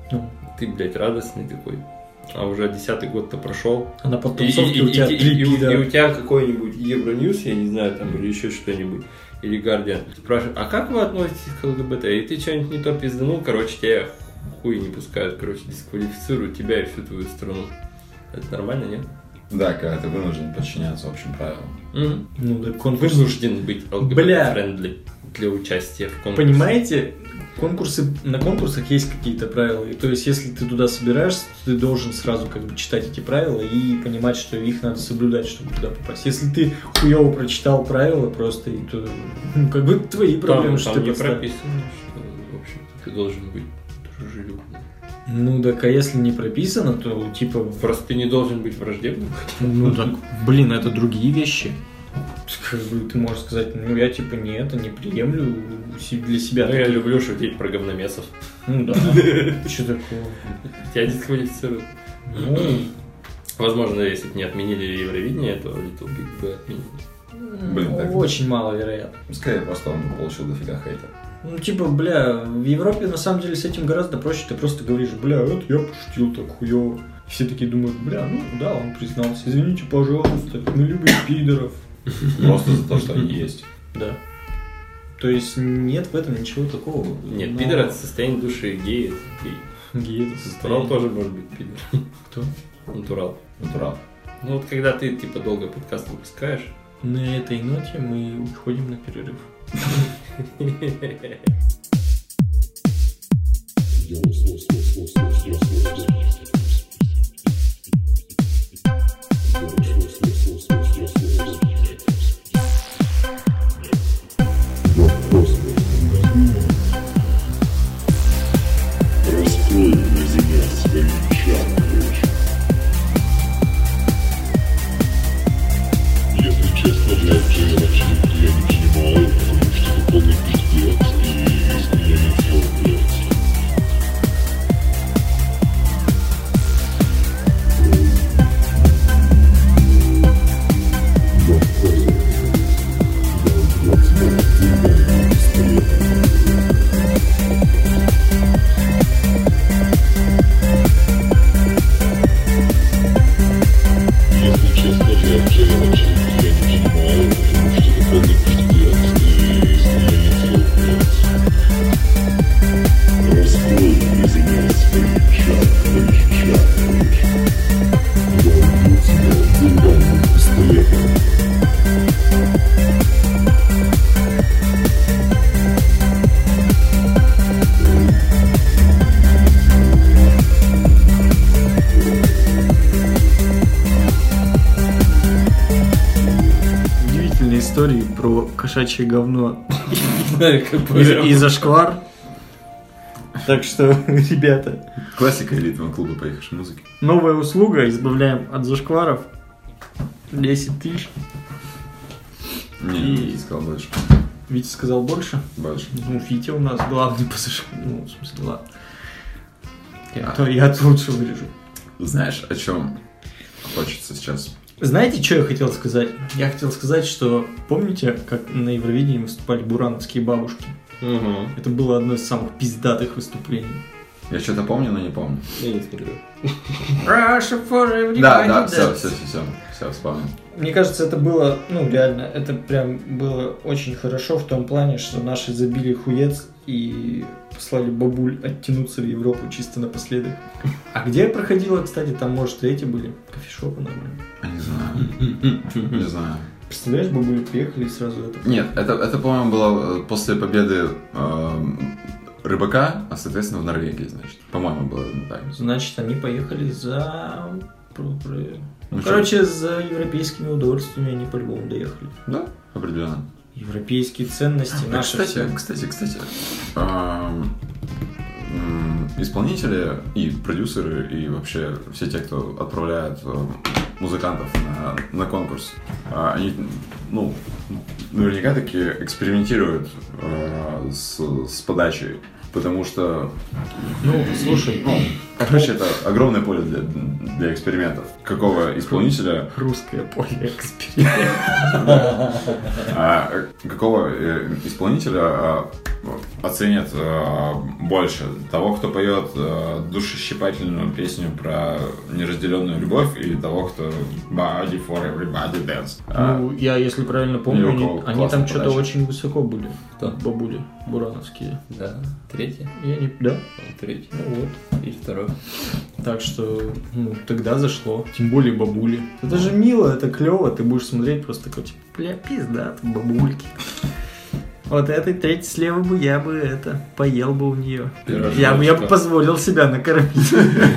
Speaker 2: Ну.
Speaker 3: Ты, блядь, радостный такой. А уже десятый год-то прошел.
Speaker 2: А на
Speaker 3: И,
Speaker 2: подтанцовке
Speaker 3: и-
Speaker 2: у тебя
Speaker 3: и-
Speaker 2: три
Speaker 3: и- и у-
Speaker 2: пидора.
Speaker 3: и у тебя какой-нибудь Евроньюз, я не знаю, там, или еще что-нибудь, или Guardian, спрашивают, а как вы относитесь к ЛГБТ? И ты что-нибудь не то пизданул, короче, тебя хуй не пускают, короче, дисквалифицируют тебя и всю твою страну. Это нормально, нет?
Speaker 4: Да, когда ты вынужден подчиняться общим правилам.
Speaker 3: Мгм.
Speaker 2: Ну, да, конкурс.
Speaker 3: Вынужден быть
Speaker 2: Бля.
Speaker 3: ЛГБТ-френдли для участия в конкурсе.
Speaker 2: Понимаете, конкурсы, на конкурсах есть какие-то правила. И то есть, если ты туда собираешься, то ты должен сразу как бы читать эти правила и понимать, что их надо соблюдать, чтобы туда попасть. Если ты хуёво прочитал правила просто, и то, ну, как бы твои проблемы,
Speaker 3: Там,
Speaker 2: что
Speaker 3: там
Speaker 2: ты
Speaker 3: не
Speaker 2: поставил.
Speaker 3: прописано, что, в общем-то, ты должен быть дружелюбным.
Speaker 2: Ну так, а если не прописано, то типа...
Speaker 3: Просто ты не должен быть враждебным.
Speaker 2: Ну так, блин, это другие вещи. Как бы ты можешь сказать, ну я типа не это, не приемлю си- для себя.
Speaker 3: Ну, я
Speaker 2: таких-
Speaker 3: люблю шутить про говномесов.
Speaker 2: Ну да. Что такого?
Speaker 3: Тебя дисквалифицируют.
Speaker 2: Ну,
Speaker 3: Возможно, если бы не отменили Евровидение, то Little Big бы отменили.
Speaker 4: Блин, так-
Speaker 2: очень маловероятно.
Speaker 4: Скорее, просто он получил дофига хейта.
Speaker 2: Ну, типа, бля, в Европе на самом деле с этим гораздо проще. Ты просто говоришь, бля, вот я пошутил так хуёво. Все такие думают, бля, ну да, он признался. Извините, пожалуйста, мы любим пидоров.
Speaker 4: Просто за то, что они есть.
Speaker 2: Да. То есть нет в этом ничего такого.
Speaker 3: Нет,
Speaker 2: Но-
Speaker 3: пидор это состояние души, гей это гей.
Speaker 2: Гей это
Speaker 3: Натурал
Speaker 2: состояние.
Speaker 3: тоже может быть пидор.
Speaker 2: Кто?
Speaker 3: Натурал.
Speaker 4: Натурал.
Speaker 3: Ну вот когда ты типа долго подкаст выпускаешь,
Speaker 2: На этой ноте мы уходим на перерыв.
Speaker 1: Раскрой для меня свои чакры. Если честно, блядь, я вообще я не понимаю, потому что это полный пиздец, и я не слов, блядь. Если честно, блядь, я вообще я не понимаю, потому что это полный пиздец, и я не слов, блядь. Раскрой для меня свои чакры, чакры. Я убью тебя деревянным пистолетом.
Speaker 2: Удивительные истории про кошачье говно
Speaker 3: не знаю, как
Speaker 2: и, и зашквар. Так что, ребята,
Speaker 4: Классика элитного клуба поехавшей музыки.
Speaker 2: новая услуга, избавляем от зашкваров. десять тысяч.
Speaker 4: Не,
Speaker 2: И-
Speaker 4: не сказал больше.
Speaker 2: Витя сказал больше.
Speaker 4: Больше.
Speaker 2: Ну, Витя у нас главный по зашквару. Ну, в смысле, ладно. Я, то, я лучше вырежу.
Speaker 4: Знаешь, о чем хочется сейчас?
Speaker 2: Знаете, что я хотел сказать? Я хотел сказать, что помните, как на Евровидении выступали бурановские бабушки?
Speaker 3: Угу.
Speaker 2: Это было одно из самых пиздатых выступлений.
Speaker 4: Я что-то помню, но не помню.
Speaker 3: Я не смотрю.
Speaker 2: Russia for everybody.
Speaker 4: Да, да, все,
Speaker 2: dance.
Speaker 4: все, все, все, все, вспомнил.
Speaker 2: Мне кажется, это было, ну, реально, это прям было очень хорошо в том плане, что наши забили хуец и послали бабуль оттянуться в Европу чисто напоследок. А где проходило, кстати, там, может, и эти были? Кофешопы нормально.
Speaker 4: Не знаю. Не знаю.
Speaker 2: Представляешь, бабули приехали и сразу это...
Speaker 4: Нет, это, это по-моему, было э, после победы э, Рыбака, а, соответственно, в Норвегии, значит. По-моему, было так.
Speaker 2: Значит, они поехали за... про- про-
Speaker 4: Ну,
Speaker 2: Короче, за европейскими удовольствиями они по-любому доехали.
Speaker 4: Да, определенно.
Speaker 2: Европейские ценности
Speaker 4: А,
Speaker 2: наши
Speaker 4: кстати,
Speaker 2: все.
Speaker 4: кстати, кстати, эм, м, исполнители и продюсеры, и вообще все те, кто отправляет э, музыкантов на, на конкурс, э, они, ну, наверняка таки экспериментируют э, с, с подачей, потому что,
Speaker 2: Ну, слушай,
Speaker 4: ну, Короче, это огромное поле для, для экспериментов. Какого исполнителя...
Speaker 2: Русское поле экспериментов.
Speaker 4: Какого исполнителя оценят больше? Того, кто поет душещипательную песню про неразделенную любовь, или того, кто Body for Everybody Dance?
Speaker 2: Ну, я, если правильно помню, они, они там что-то
Speaker 4: подача.
Speaker 2: очень высоко были.
Speaker 3: Кто?
Speaker 2: Бабули бурановские.
Speaker 3: Да, третий.
Speaker 2: Я не... Да?
Speaker 3: Он третий.
Speaker 2: Ну вот.
Speaker 3: И второй.
Speaker 2: Так что, ну, тогда зашло. Тем более бабули. Это же мило, это клево. Ты будешь смотреть просто такой, типа, бля, пизда, тут бабульки. Вот этой третьей слева бы я бы это, поел бы у нее. Я бы я бы позволил себя накормить.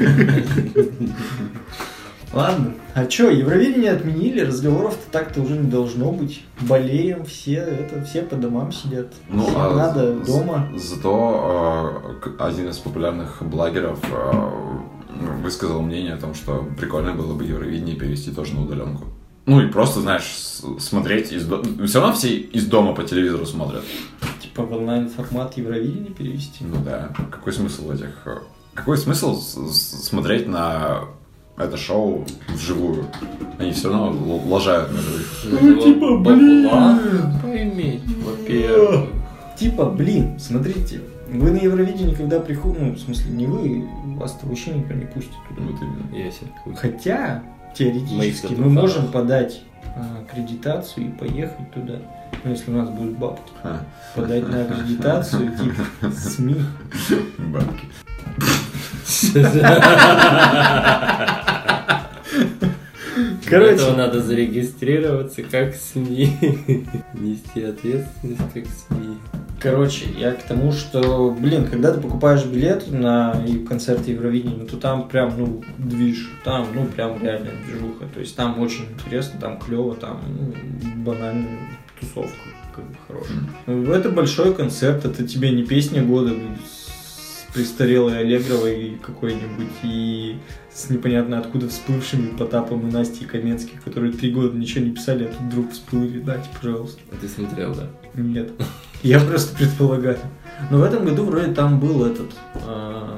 Speaker 2: Ладно. А чё, Евровидение отменили, разговоров-то так-то уже не должно быть. Болеем все, это, все по домам сидят.
Speaker 4: Ну,
Speaker 2: Всем
Speaker 4: а
Speaker 2: надо
Speaker 4: з-
Speaker 2: дома.
Speaker 4: Зато э, к- один из популярных блогеров э, высказал мнение о том, что прикольно было бы Евровидение перевести тоже на удаленку. Ну и просто, знаешь, с- смотреть из дома. Все равно все из дома по телевизору смотрят.
Speaker 2: Типа в онлайн-формат Евровидения перевести.
Speaker 4: Ну да. Какой смысл этих... э, Какой смысл с- с- смотреть на это шоу вживую? Они все равно л- лажают между
Speaker 3: Ну, типа, блин. Поймите, во-первых.
Speaker 2: Типа, блин, смотрите, вы на Евровидение, когда приходите, ну, в смысле, не вы, вас-то вообще никто не пустит туда.
Speaker 4: Вот именно.
Speaker 3: Я себе хуй.
Speaker 2: Хотя, теоретически,
Speaker 3: Моих
Speaker 2: мы можем
Speaker 3: татуировок.
Speaker 2: подать а, аккредитацию и поехать туда. Ну, если у нас будут бабки.
Speaker 4: А,
Speaker 2: Подать на аккредитацию, типа, СМИ.
Speaker 4: бабки.
Speaker 3: Для этого
Speaker 2: Короче,
Speaker 3: надо зарегистрироваться как СМИ. Нести ответственность как СМИ.
Speaker 2: короче, я к тому, что, блин, когда ты покупаешь билет на и- концерт Евровидения, то там прям, ну, движ, там, ну, прям реально движуха. То есть там очень интересно, там клево, там, ну, банальная тусовка, как бы, хорошая. Ну, это большой концерт, это тебе не песня года с престарелой Аллегровой какой-нибудь и с непонятно откуда всплывшими Потапом и Настей Каменских, которые три года ничего не писали, а тут вдруг всплыли. Дайте, пожалуйста.
Speaker 3: Ты смотрел, да?
Speaker 2: Нет. Я просто предполагаю. Но в этом году вроде там был этот эм,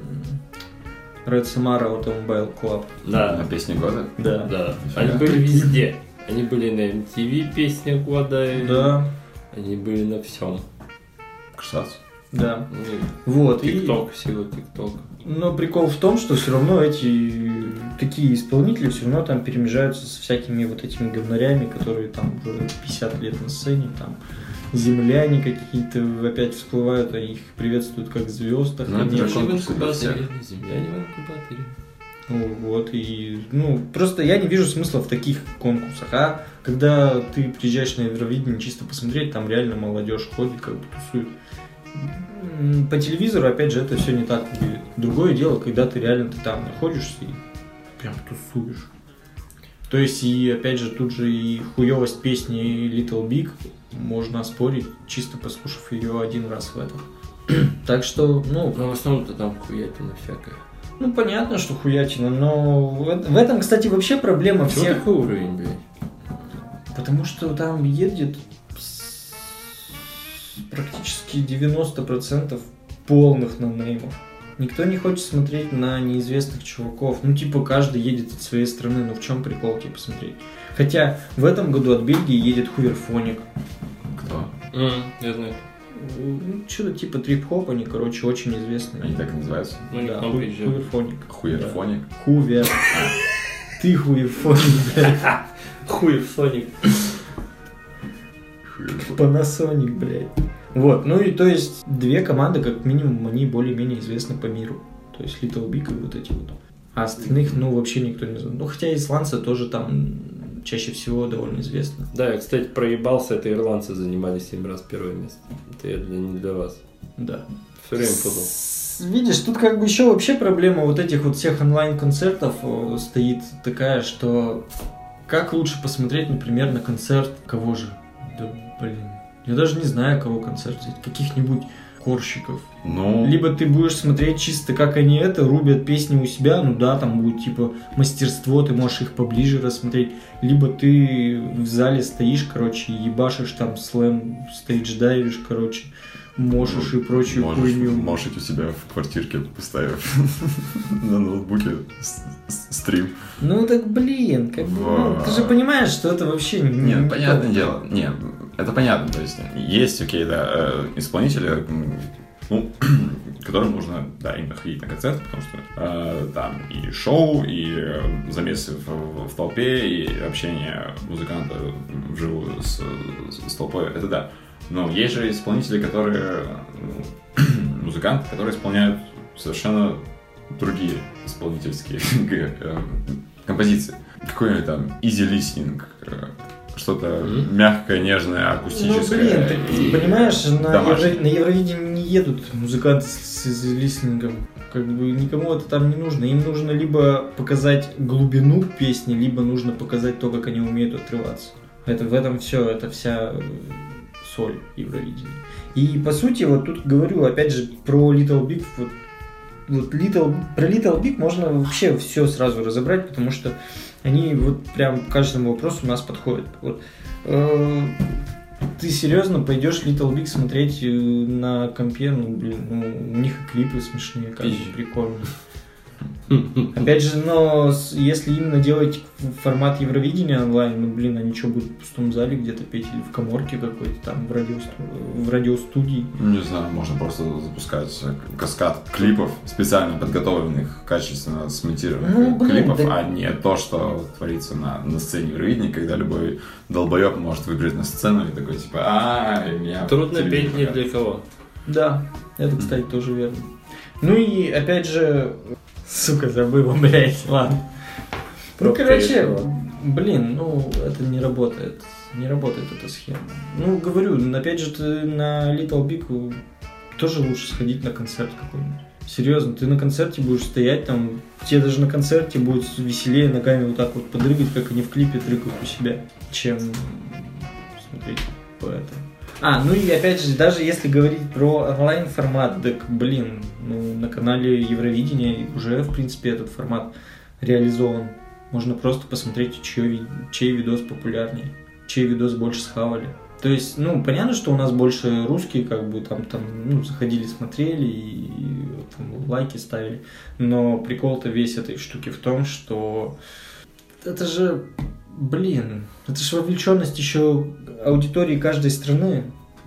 Speaker 2: Red Samara Automobile Club.
Speaker 4: На
Speaker 3: Да,
Speaker 4: песне года?
Speaker 2: Да.
Speaker 3: да. Они были везде. Они были на эм ти ви, песня года. и
Speaker 2: Да.
Speaker 3: Они были на всем.
Speaker 4: Красавцы.
Speaker 2: Да. Вот. и-
Speaker 3: Тикток, сила ТикТок.
Speaker 2: Но прикол в том, что все равно эти такие исполнители все равно там перемежаются со всякими вот этими говнарями, которые там уже пятьдесят лет на сцене, там земляне какие-то опять всплывают, они их приветствуют как звезд.
Speaker 4: Ну, это
Speaker 3: Они
Speaker 4: же
Speaker 3: в
Speaker 4: конкурс для
Speaker 3: инкубаторе.
Speaker 4: всех.
Speaker 3: Земля не в инкубаторе.
Speaker 2: Ну, вот, и, ну, просто я не вижу смысла в таких конкурсах, а когда ты приезжаешь на Евровидение чисто посмотреть, там реально молодежь ходит, как бы тусует. М, По телевизору, опять же, это все не так выглядит. Другое дело, когда ты реально ты там находишься и прям тусуешь. То есть, и опять же, тут же и хуевость песни Little Big можно оспорить, чисто послушав ее один раз в этом. Так что, ну,
Speaker 3: Но в основном-то там хуятина всякая.
Speaker 2: ну, понятно, что хуятина, но в эт- в этом, кстати, вообще проблема
Speaker 3: Чего
Speaker 2: всех.
Speaker 3: такой уровень, блядь?
Speaker 2: Потому что там едет с- практически девяносто процентов полных нонеймов. Никто не хочет смотреть на неизвестных чуваков. Ну, типа, каждый едет от своей страны. Ну, в чем прикол, типа, смотреть? Хотя в этом году от Бельгии едет Хуверфоник.
Speaker 4: Кто?
Speaker 3: Я знаю.
Speaker 2: Ну, что-то типа трип-хоп, они, короче, очень известные.
Speaker 4: Они так и называются?
Speaker 3: Ну, они
Speaker 2: Да,
Speaker 3: к нам
Speaker 2: Ху-
Speaker 3: приезжают.
Speaker 2: Хуверфоник.
Speaker 4: Хуерфоник?
Speaker 2: Хувер. Ты Хуверфоник, блядь.
Speaker 3: Хуй в Соник.
Speaker 2: Panasonic, блядь. Вот, ну и то есть две команды, как минимум, они более-менее известны по миру. То есть Little Big и вот эти вот. А остальных, ну, вообще никто не знает. Ну, хотя исландцы тоже там чаще всего довольно известны.
Speaker 3: Да, я, кстати, проебался, это ирландцы занимали семь раз первое место. Это я для, не для вас.
Speaker 2: Да.
Speaker 3: Все время путал.
Speaker 2: С- Видишь, тут как бы еще вообще проблема вот этих вот всех онлайн-концертов э, стоит такая, что как лучше посмотреть, например, на концерт кого же? Да, блин. Я даже не знаю, кого концерт взять. Каких-нибудь корщиков.
Speaker 4: Ну,
Speaker 2: Либо ты будешь смотреть чисто, как они это, рубят песни у себя, ну да, там будет типа мастерство, ты можешь их поближе рассмотреть. Либо ты в зале стоишь, короче, ебашишь там слэм, стейдж-дайвишь, короче. мошешь и прочую
Speaker 4: Можешь
Speaker 2: хуйню.
Speaker 4: мошить у себя в квартирке, поставив на ноутбуке с- с- стрим.
Speaker 2: Ну так блин, как бы, ну, ты же понимаешь, что это вообще не...
Speaker 4: Нет,
Speaker 2: не
Speaker 4: понятное
Speaker 2: то.
Speaker 4: дело. Нет, это понятно. То есть есть, окей, да, э, исполнители, м, ну, которым нужно, да, именно ходить на концерты, потому что э, там и шоу, и э, замесы в, в толпе, и общение музыканта вживую с, с толпой, это да. Но есть же исполнители, которые, ну, музыканты, которые исполняют совершенно другие исполнительские э, композиции. Какой-нибудь там easy listening, э, что-то mm-hmm. мягкое, нежное, акустическое.
Speaker 2: Ну, блин, ты понимаешь, на,
Speaker 4: домашнее.
Speaker 2: Евро... на Евровидении не едут музыканты с, с листингом. Как бы никому это там не нужно. Им нужно либо показать глубину песни, либо нужно показать то, как они умеют отрываться. Это, в этом все, это вся соль Евровидения. И по сути, вот тут говорю, опять же, про Little Big. Вот, вот Little, про Little Big можно вообще все сразу разобрать, потому что они вот прям к каждому вопросу у нас подходят. Вот. Ты серьезно пойдешь Little Big смотреть на компе? Ну, блин, ну, у них и клипы смешные, как бы прикольно. Опять же, но если именно делать формат Евровидения онлайн, ну, блин, они что, будут в пустом зале где-то петь или в каморке какой-то там, в, радиосту... в радиостудии?
Speaker 4: Не знаю, можно просто запускать каскад клипов, специально подготовленных, качественно смонтированных
Speaker 2: ну, блин,
Speaker 4: клипов,
Speaker 2: да...
Speaker 4: а не то, что творится на, на сцене Евровидения, когда любой долбоеб может выбежать на сцену и такой, типа, а меня...
Speaker 3: Трудно петь ни для кого.
Speaker 2: Да, это, кстати, тоже верно. Ну и, опять же... Сука, забыла, блядь, ладно. Ну, короче, блин, ну, это не работает. Не работает эта схема. Ну, говорю, опять же, ты на Little Big тоже лучше сходить на концерт какой-нибудь. Серьезно, ты на концерте будешь стоять там, тебе даже на концерте будет веселее ногами вот так вот подрыгать, как они в клипе дрыгают у себя, чем смотреть по этому. А, ну и опять же, даже если говорить про онлайн-формат, так, блин, ну, на канале Евровидения уже, в принципе, этот формат реализован. Можно просто посмотреть, чей, чей видос популярнее, чей видос больше схавали. То есть, ну, понятно, что у нас больше русские, как бы, там, там, ну, заходили, смотрели и, и там, лайки ставили. Но прикол-то весь этой штуки в том, что это же... Блин, это же вовлеченность еще аудитории каждой страны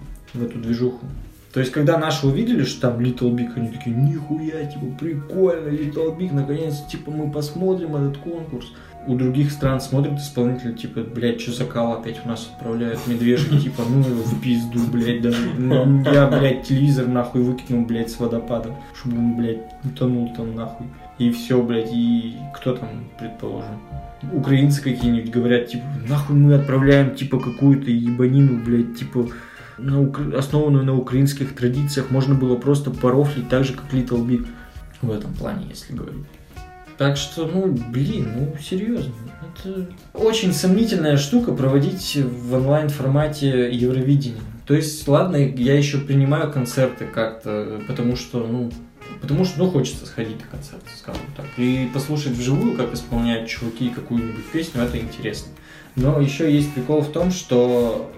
Speaker 2: в эту движуху. То есть, когда наши увидели, что там Little Big, они такие, нихуя, типа, прикольно, Little Big, наконец, типа, мы посмотрим этот конкурс. У других стран смотрят исполнители, типа, блядь, что за кал опять у нас отправляют медвежьи, типа, ну его в пизду, блядь, да. Я, блядь, телевизор нахуй выкинул, блядь, с водопада, чтобы он, блядь, утонул там нахуй. И все, блядь, и кто там, предположим? Украинцы какие-нибудь говорят, типа, нахуй мы отправляем, типа, какую-то ебанину, блядь, типа, на ук... основанную на украинских традициях, можно было просто порофлить так же, как Little Big. В этом плане, если говорить. Так что, ну, блин, ну, серьезно. Это очень сомнительная штука проводить в онлайн-формате Евровидения. То есть, ладно, я еще принимаю концерты как-то, потому что, ну, потому что, ну, хочется сходить на концерт, скажем так. И послушать вживую, как исполняют чуваки какую-нибудь песню, это интересно. Но еще есть прикол в том, что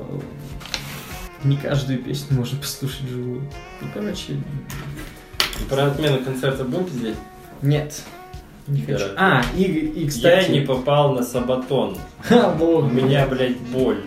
Speaker 2: э, не каждую песню можно послушать вживую. Ну, короче...
Speaker 3: Про отмену концерта будем пиздеть?
Speaker 2: Нет. Не хочу. А, и, и, кстати...
Speaker 3: Я не попал на Сабатон.
Speaker 2: Ха, бог.
Speaker 3: У меня, блядь, боль.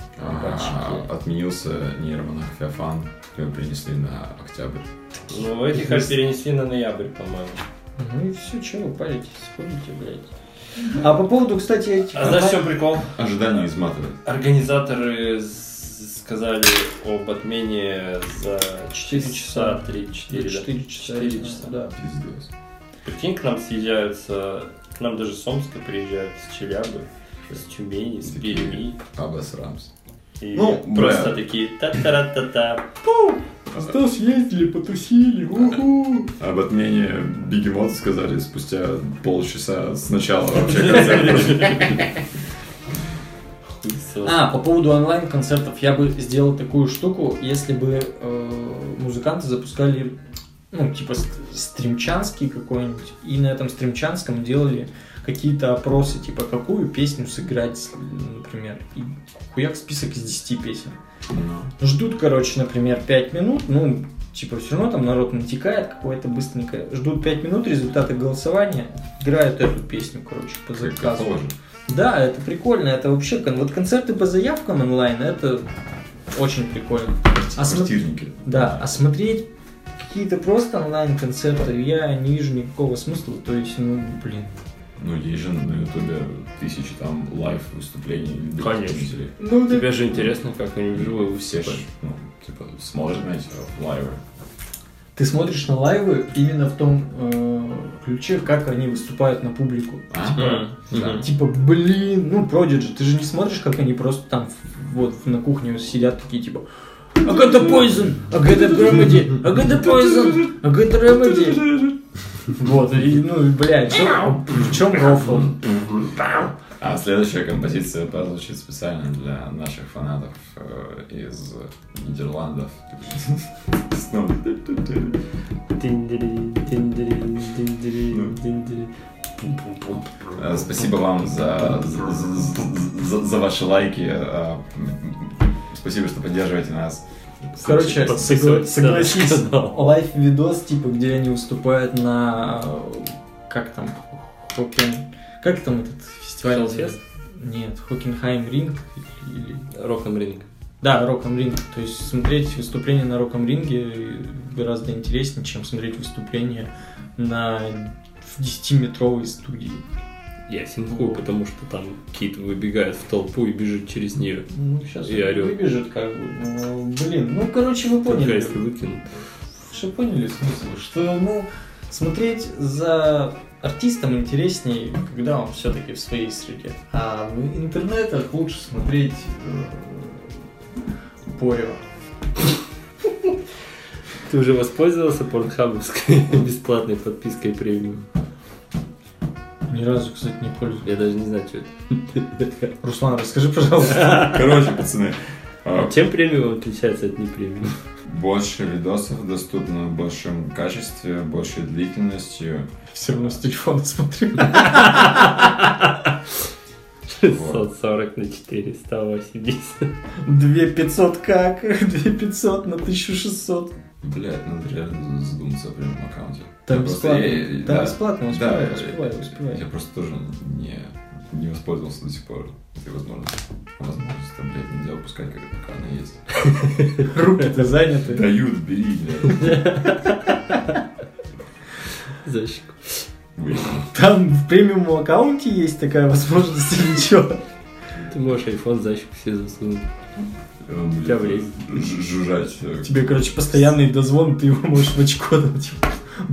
Speaker 4: А, отменился нейромонах Феофан, его перенесли на октябрь.
Speaker 3: Ну, этих перенесли на ноябрь, по-моему.
Speaker 2: Ну и все, что вы паритесь, сходите, блядь. А по поводу, кстати, этих...
Speaker 3: А знаешь, в чем прикол?
Speaker 4: Ожидание изматывает.
Speaker 3: Организаторы сказали об отмене за
Speaker 2: четыре часа.
Speaker 3: три-четыре,
Speaker 2: четыре часа.
Speaker 3: четыре часа,
Speaker 2: да.
Speaker 4: Пиздец.
Speaker 3: Прикинь, к нам съезжаются, к нам даже с Омска приезжают, с Челябы, с Тюмени, с Перми.
Speaker 4: Обосрамся.
Speaker 3: И
Speaker 4: ну,
Speaker 3: просто
Speaker 4: бля.
Speaker 3: такие та-та-та-та.
Speaker 2: Что съездили, потусили, уху.
Speaker 4: Об отмене Бегемот сказали спустя полчаса с начала вообще концерта.
Speaker 2: А, по поводу онлайн-концертов, я бы сделал такую штуку, если бы э, музыканты запускали, ну, типа ст- стримчанский какой-нибудь, и на этом стримчанском делали какие-то опросы, типа, какую песню сыграть, например, и хуяк список из десяти песен. Ждут, короче, например, пять минут, ну, типа, все равно там народ натекает какое-то быстренько. Ждут пять минут, результаты голосования, играют эту песню, короче, по заказу. Да, это прикольно, это вообще, вот концерты по заявкам онлайн, это очень прикольно. А
Speaker 4: Квартирники.
Speaker 2: Да, а смотреть какие-то просто онлайн-концерты я не вижу никакого смысла, то есть, ну, блин.
Speaker 4: Ну, есть же на ютубе тысячи там лайв-выступлений.
Speaker 10: Конечно.
Speaker 2: Ну,
Speaker 10: Тебе же интересно, как они вживую
Speaker 4: Все
Speaker 10: выступают.
Speaker 4: ж, ну, типа, смотрят на эти лайвы.
Speaker 2: Ты смотришь на лайвы именно в том э, ключе, как они выступают на публику.
Speaker 4: А?
Speaker 10: Да.
Speaker 2: Типа, блин, ну, Prodigy, ты же не смотришь, как они просто там вот на кухне сидят такие, типа, Агата Poison, Агата Remedy, Агата Poison, Агата Remedy. Вот, и, ну, блядь, в чем, в чем рофл?
Speaker 4: А следующая композиция прозвучит специально для наших фанатов э, из Нидерландов. Снова. Э, Спасибо вам за, за, за, за ваши лайки. Э, Спасибо, что поддерживаете нас.
Speaker 2: Короче,
Speaker 10: Подписывайтесь
Speaker 2: согласись,
Speaker 10: на канал.
Speaker 2: лайв-видос, типа, где они выступают на, как там, Хокен, как там этот фестиваль?
Speaker 10: Hellfest?
Speaker 2: Нет, Хокенхайм Ринг или...
Speaker 10: Рок-ам ринг.
Speaker 2: Да, Рок-ам Ринг. То есть смотреть выступление на Рок-ам Ринге гораздо интереснее, чем смотреть выступление на в десятиметровой студии.
Speaker 10: Я симхую, потому что там Кит выбегает в толпу и бежит через нее.
Speaker 2: Ну, сейчас
Speaker 10: И
Speaker 2: он
Speaker 10: орёт.
Speaker 2: выбежит, как бы. Ну, блин, ну, короче, вы
Speaker 10: Только
Speaker 2: поняли.
Speaker 10: если выкинут.
Speaker 2: Что поняли смысл? Что, ну, смотреть за артистом интереснее, когда он все-таки в своей среде. А в интернетах лучше смотреть э, порево.
Speaker 10: Ты уже воспользовался порнхабовской бесплатной подпиской премиум?
Speaker 2: Ни разу, кстати, не пользуюсь.
Speaker 10: Я даже не знаю, что это.
Speaker 2: Руслан, расскажи, пожалуйста.
Speaker 4: Короче, пацаны, э,
Speaker 10: Чем премиум отличается от непремиум?
Speaker 4: больше видосов доступно в большем качестве, большей длительностью.
Speaker 2: Все равно с телефона смотрю.
Speaker 10: шестьсот сорок на четыреста восемьдесят.
Speaker 2: две пятьсот как? две пятьсот на тысяча шестьсот.
Speaker 4: Блять, надо реально задуматься о прямом аккаунте.
Speaker 2: Там
Speaker 4: Я просто-
Speaker 2: бесплатно.
Speaker 4: я-
Speaker 2: Там
Speaker 4: да,
Speaker 2: бесплатно,
Speaker 4: да,
Speaker 2: успеваю,
Speaker 4: я-
Speaker 2: успеваю,
Speaker 4: я-
Speaker 2: успеваю.
Speaker 4: Я просто тоже не, не воспользовался до сих пор этой возможностью. Возможность, там, блядь, нельзя упускать, как пока она есть.
Speaker 2: Руки-то заняты.
Speaker 4: Дают, бери, блядь.
Speaker 10: Защику.
Speaker 4: Выяснил.
Speaker 2: Там в премиум аккаунте есть такая возможность или что?
Speaker 10: Ты можешь iPhone защику все засунуть.
Speaker 4: Он будет
Speaker 10: тебя влезет.
Speaker 4: ж- жужжать. э,
Speaker 2: Тебе, короче, постоянный дозвон, ты его можешь в очко там, типа...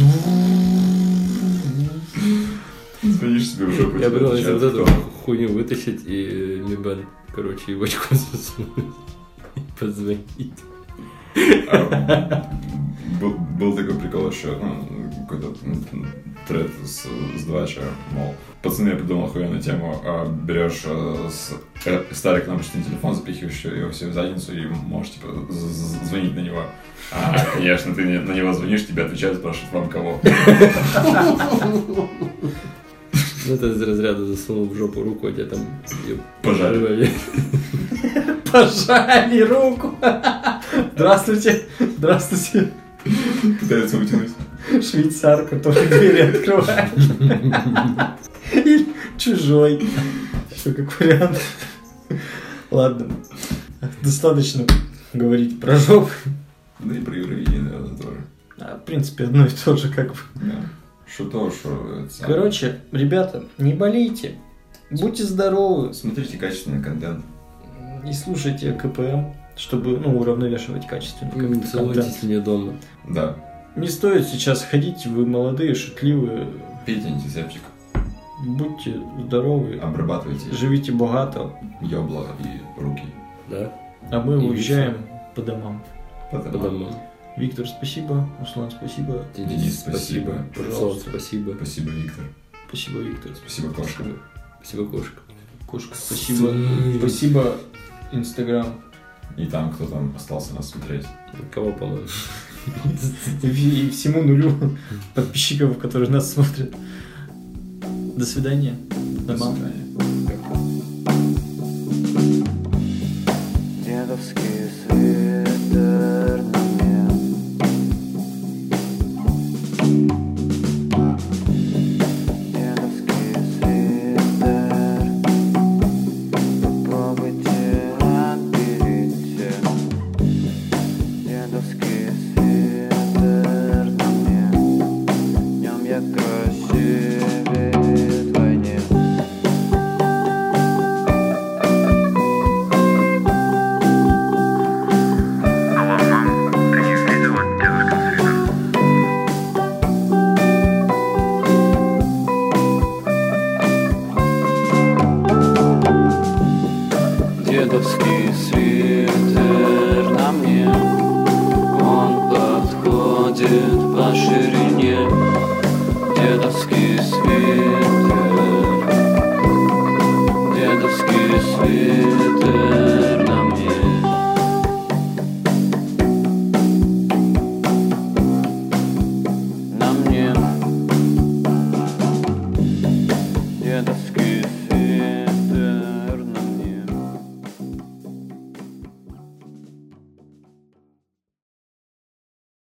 Speaker 4: Звонишь себе в жопу.
Speaker 10: Я
Speaker 4: тебе
Speaker 10: бы если вот
Speaker 4: отвечают,
Speaker 10: эту
Speaker 4: кто?
Speaker 10: хуйню вытащить и Mi Band, короче, и в очко засунуть. И позвонить.
Speaker 4: А, был, был такой прикол еще, ну, какой-то м, тред с, с Двача, мол, пацаны, я придумал охуенную тему, а, берешь а, с, э, старый кнопочный телефон, запихиваешь его себе в задницу и можешь, типа, з- з- звонить на него. А, конечно, ты не- на него звонишь, тебе отвечают, спрашивают, вам кого?
Speaker 10: Ну, это из разряда засунул в жопу руку, а тебя там её
Speaker 4: Пожали.
Speaker 2: Пожали руку! Здравствуйте! Здравствуйте!
Speaker 4: Пытаются вытянуть.
Speaker 2: Швейцар, который двери открывает. И чужой. Еще как вариант. Ладно. Достаточно говорить про жопу.
Speaker 4: Да и про Евровидение, наверное, тоже.
Speaker 2: А, в принципе, одно и то же как бы.
Speaker 4: Да. Что то, что... это самое.
Speaker 2: Короче, ребята, не болейте. Будьте здоровы.
Speaker 4: Смотрите качественный контент.
Speaker 2: И слушайте КПМ, чтобы, ну, уравновешивать качественный
Speaker 10: Не
Speaker 2: контент.
Speaker 10: целуйтесь мне дома.
Speaker 4: Да.
Speaker 2: Не стоит сейчас ходить, вы молодые, шутливые.
Speaker 4: Пейте антисептик.
Speaker 2: Будьте здоровы.
Speaker 4: Обрабатывайте
Speaker 2: Живите богато.
Speaker 4: ёбла и руки.
Speaker 10: Да?
Speaker 2: А мы
Speaker 10: И
Speaker 2: уезжаем по домам.
Speaker 10: По домам.
Speaker 2: Виктор, спасибо. Руслан, спасибо.
Speaker 4: Денис, спасибо.
Speaker 10: Пожалуйста. Спасибо.
Speaker 4: Спасибо, Виктор.
Speaker 2: Спасибо, Виктор.
Speaker 4: Спасибо, кошка.
Speaker 10: Спасибо, кошка.
Speaker 2: Кошка, спасибо. Спасибо, Инстаграм.
Speaker 4: И там, кто там остался нас смотреть.
Speaker 10: Кого, по-моему?
Speaker 2: И всему нулю подписчиков, которые нас смотрят. До свидания.
Speaker 4: До свидания.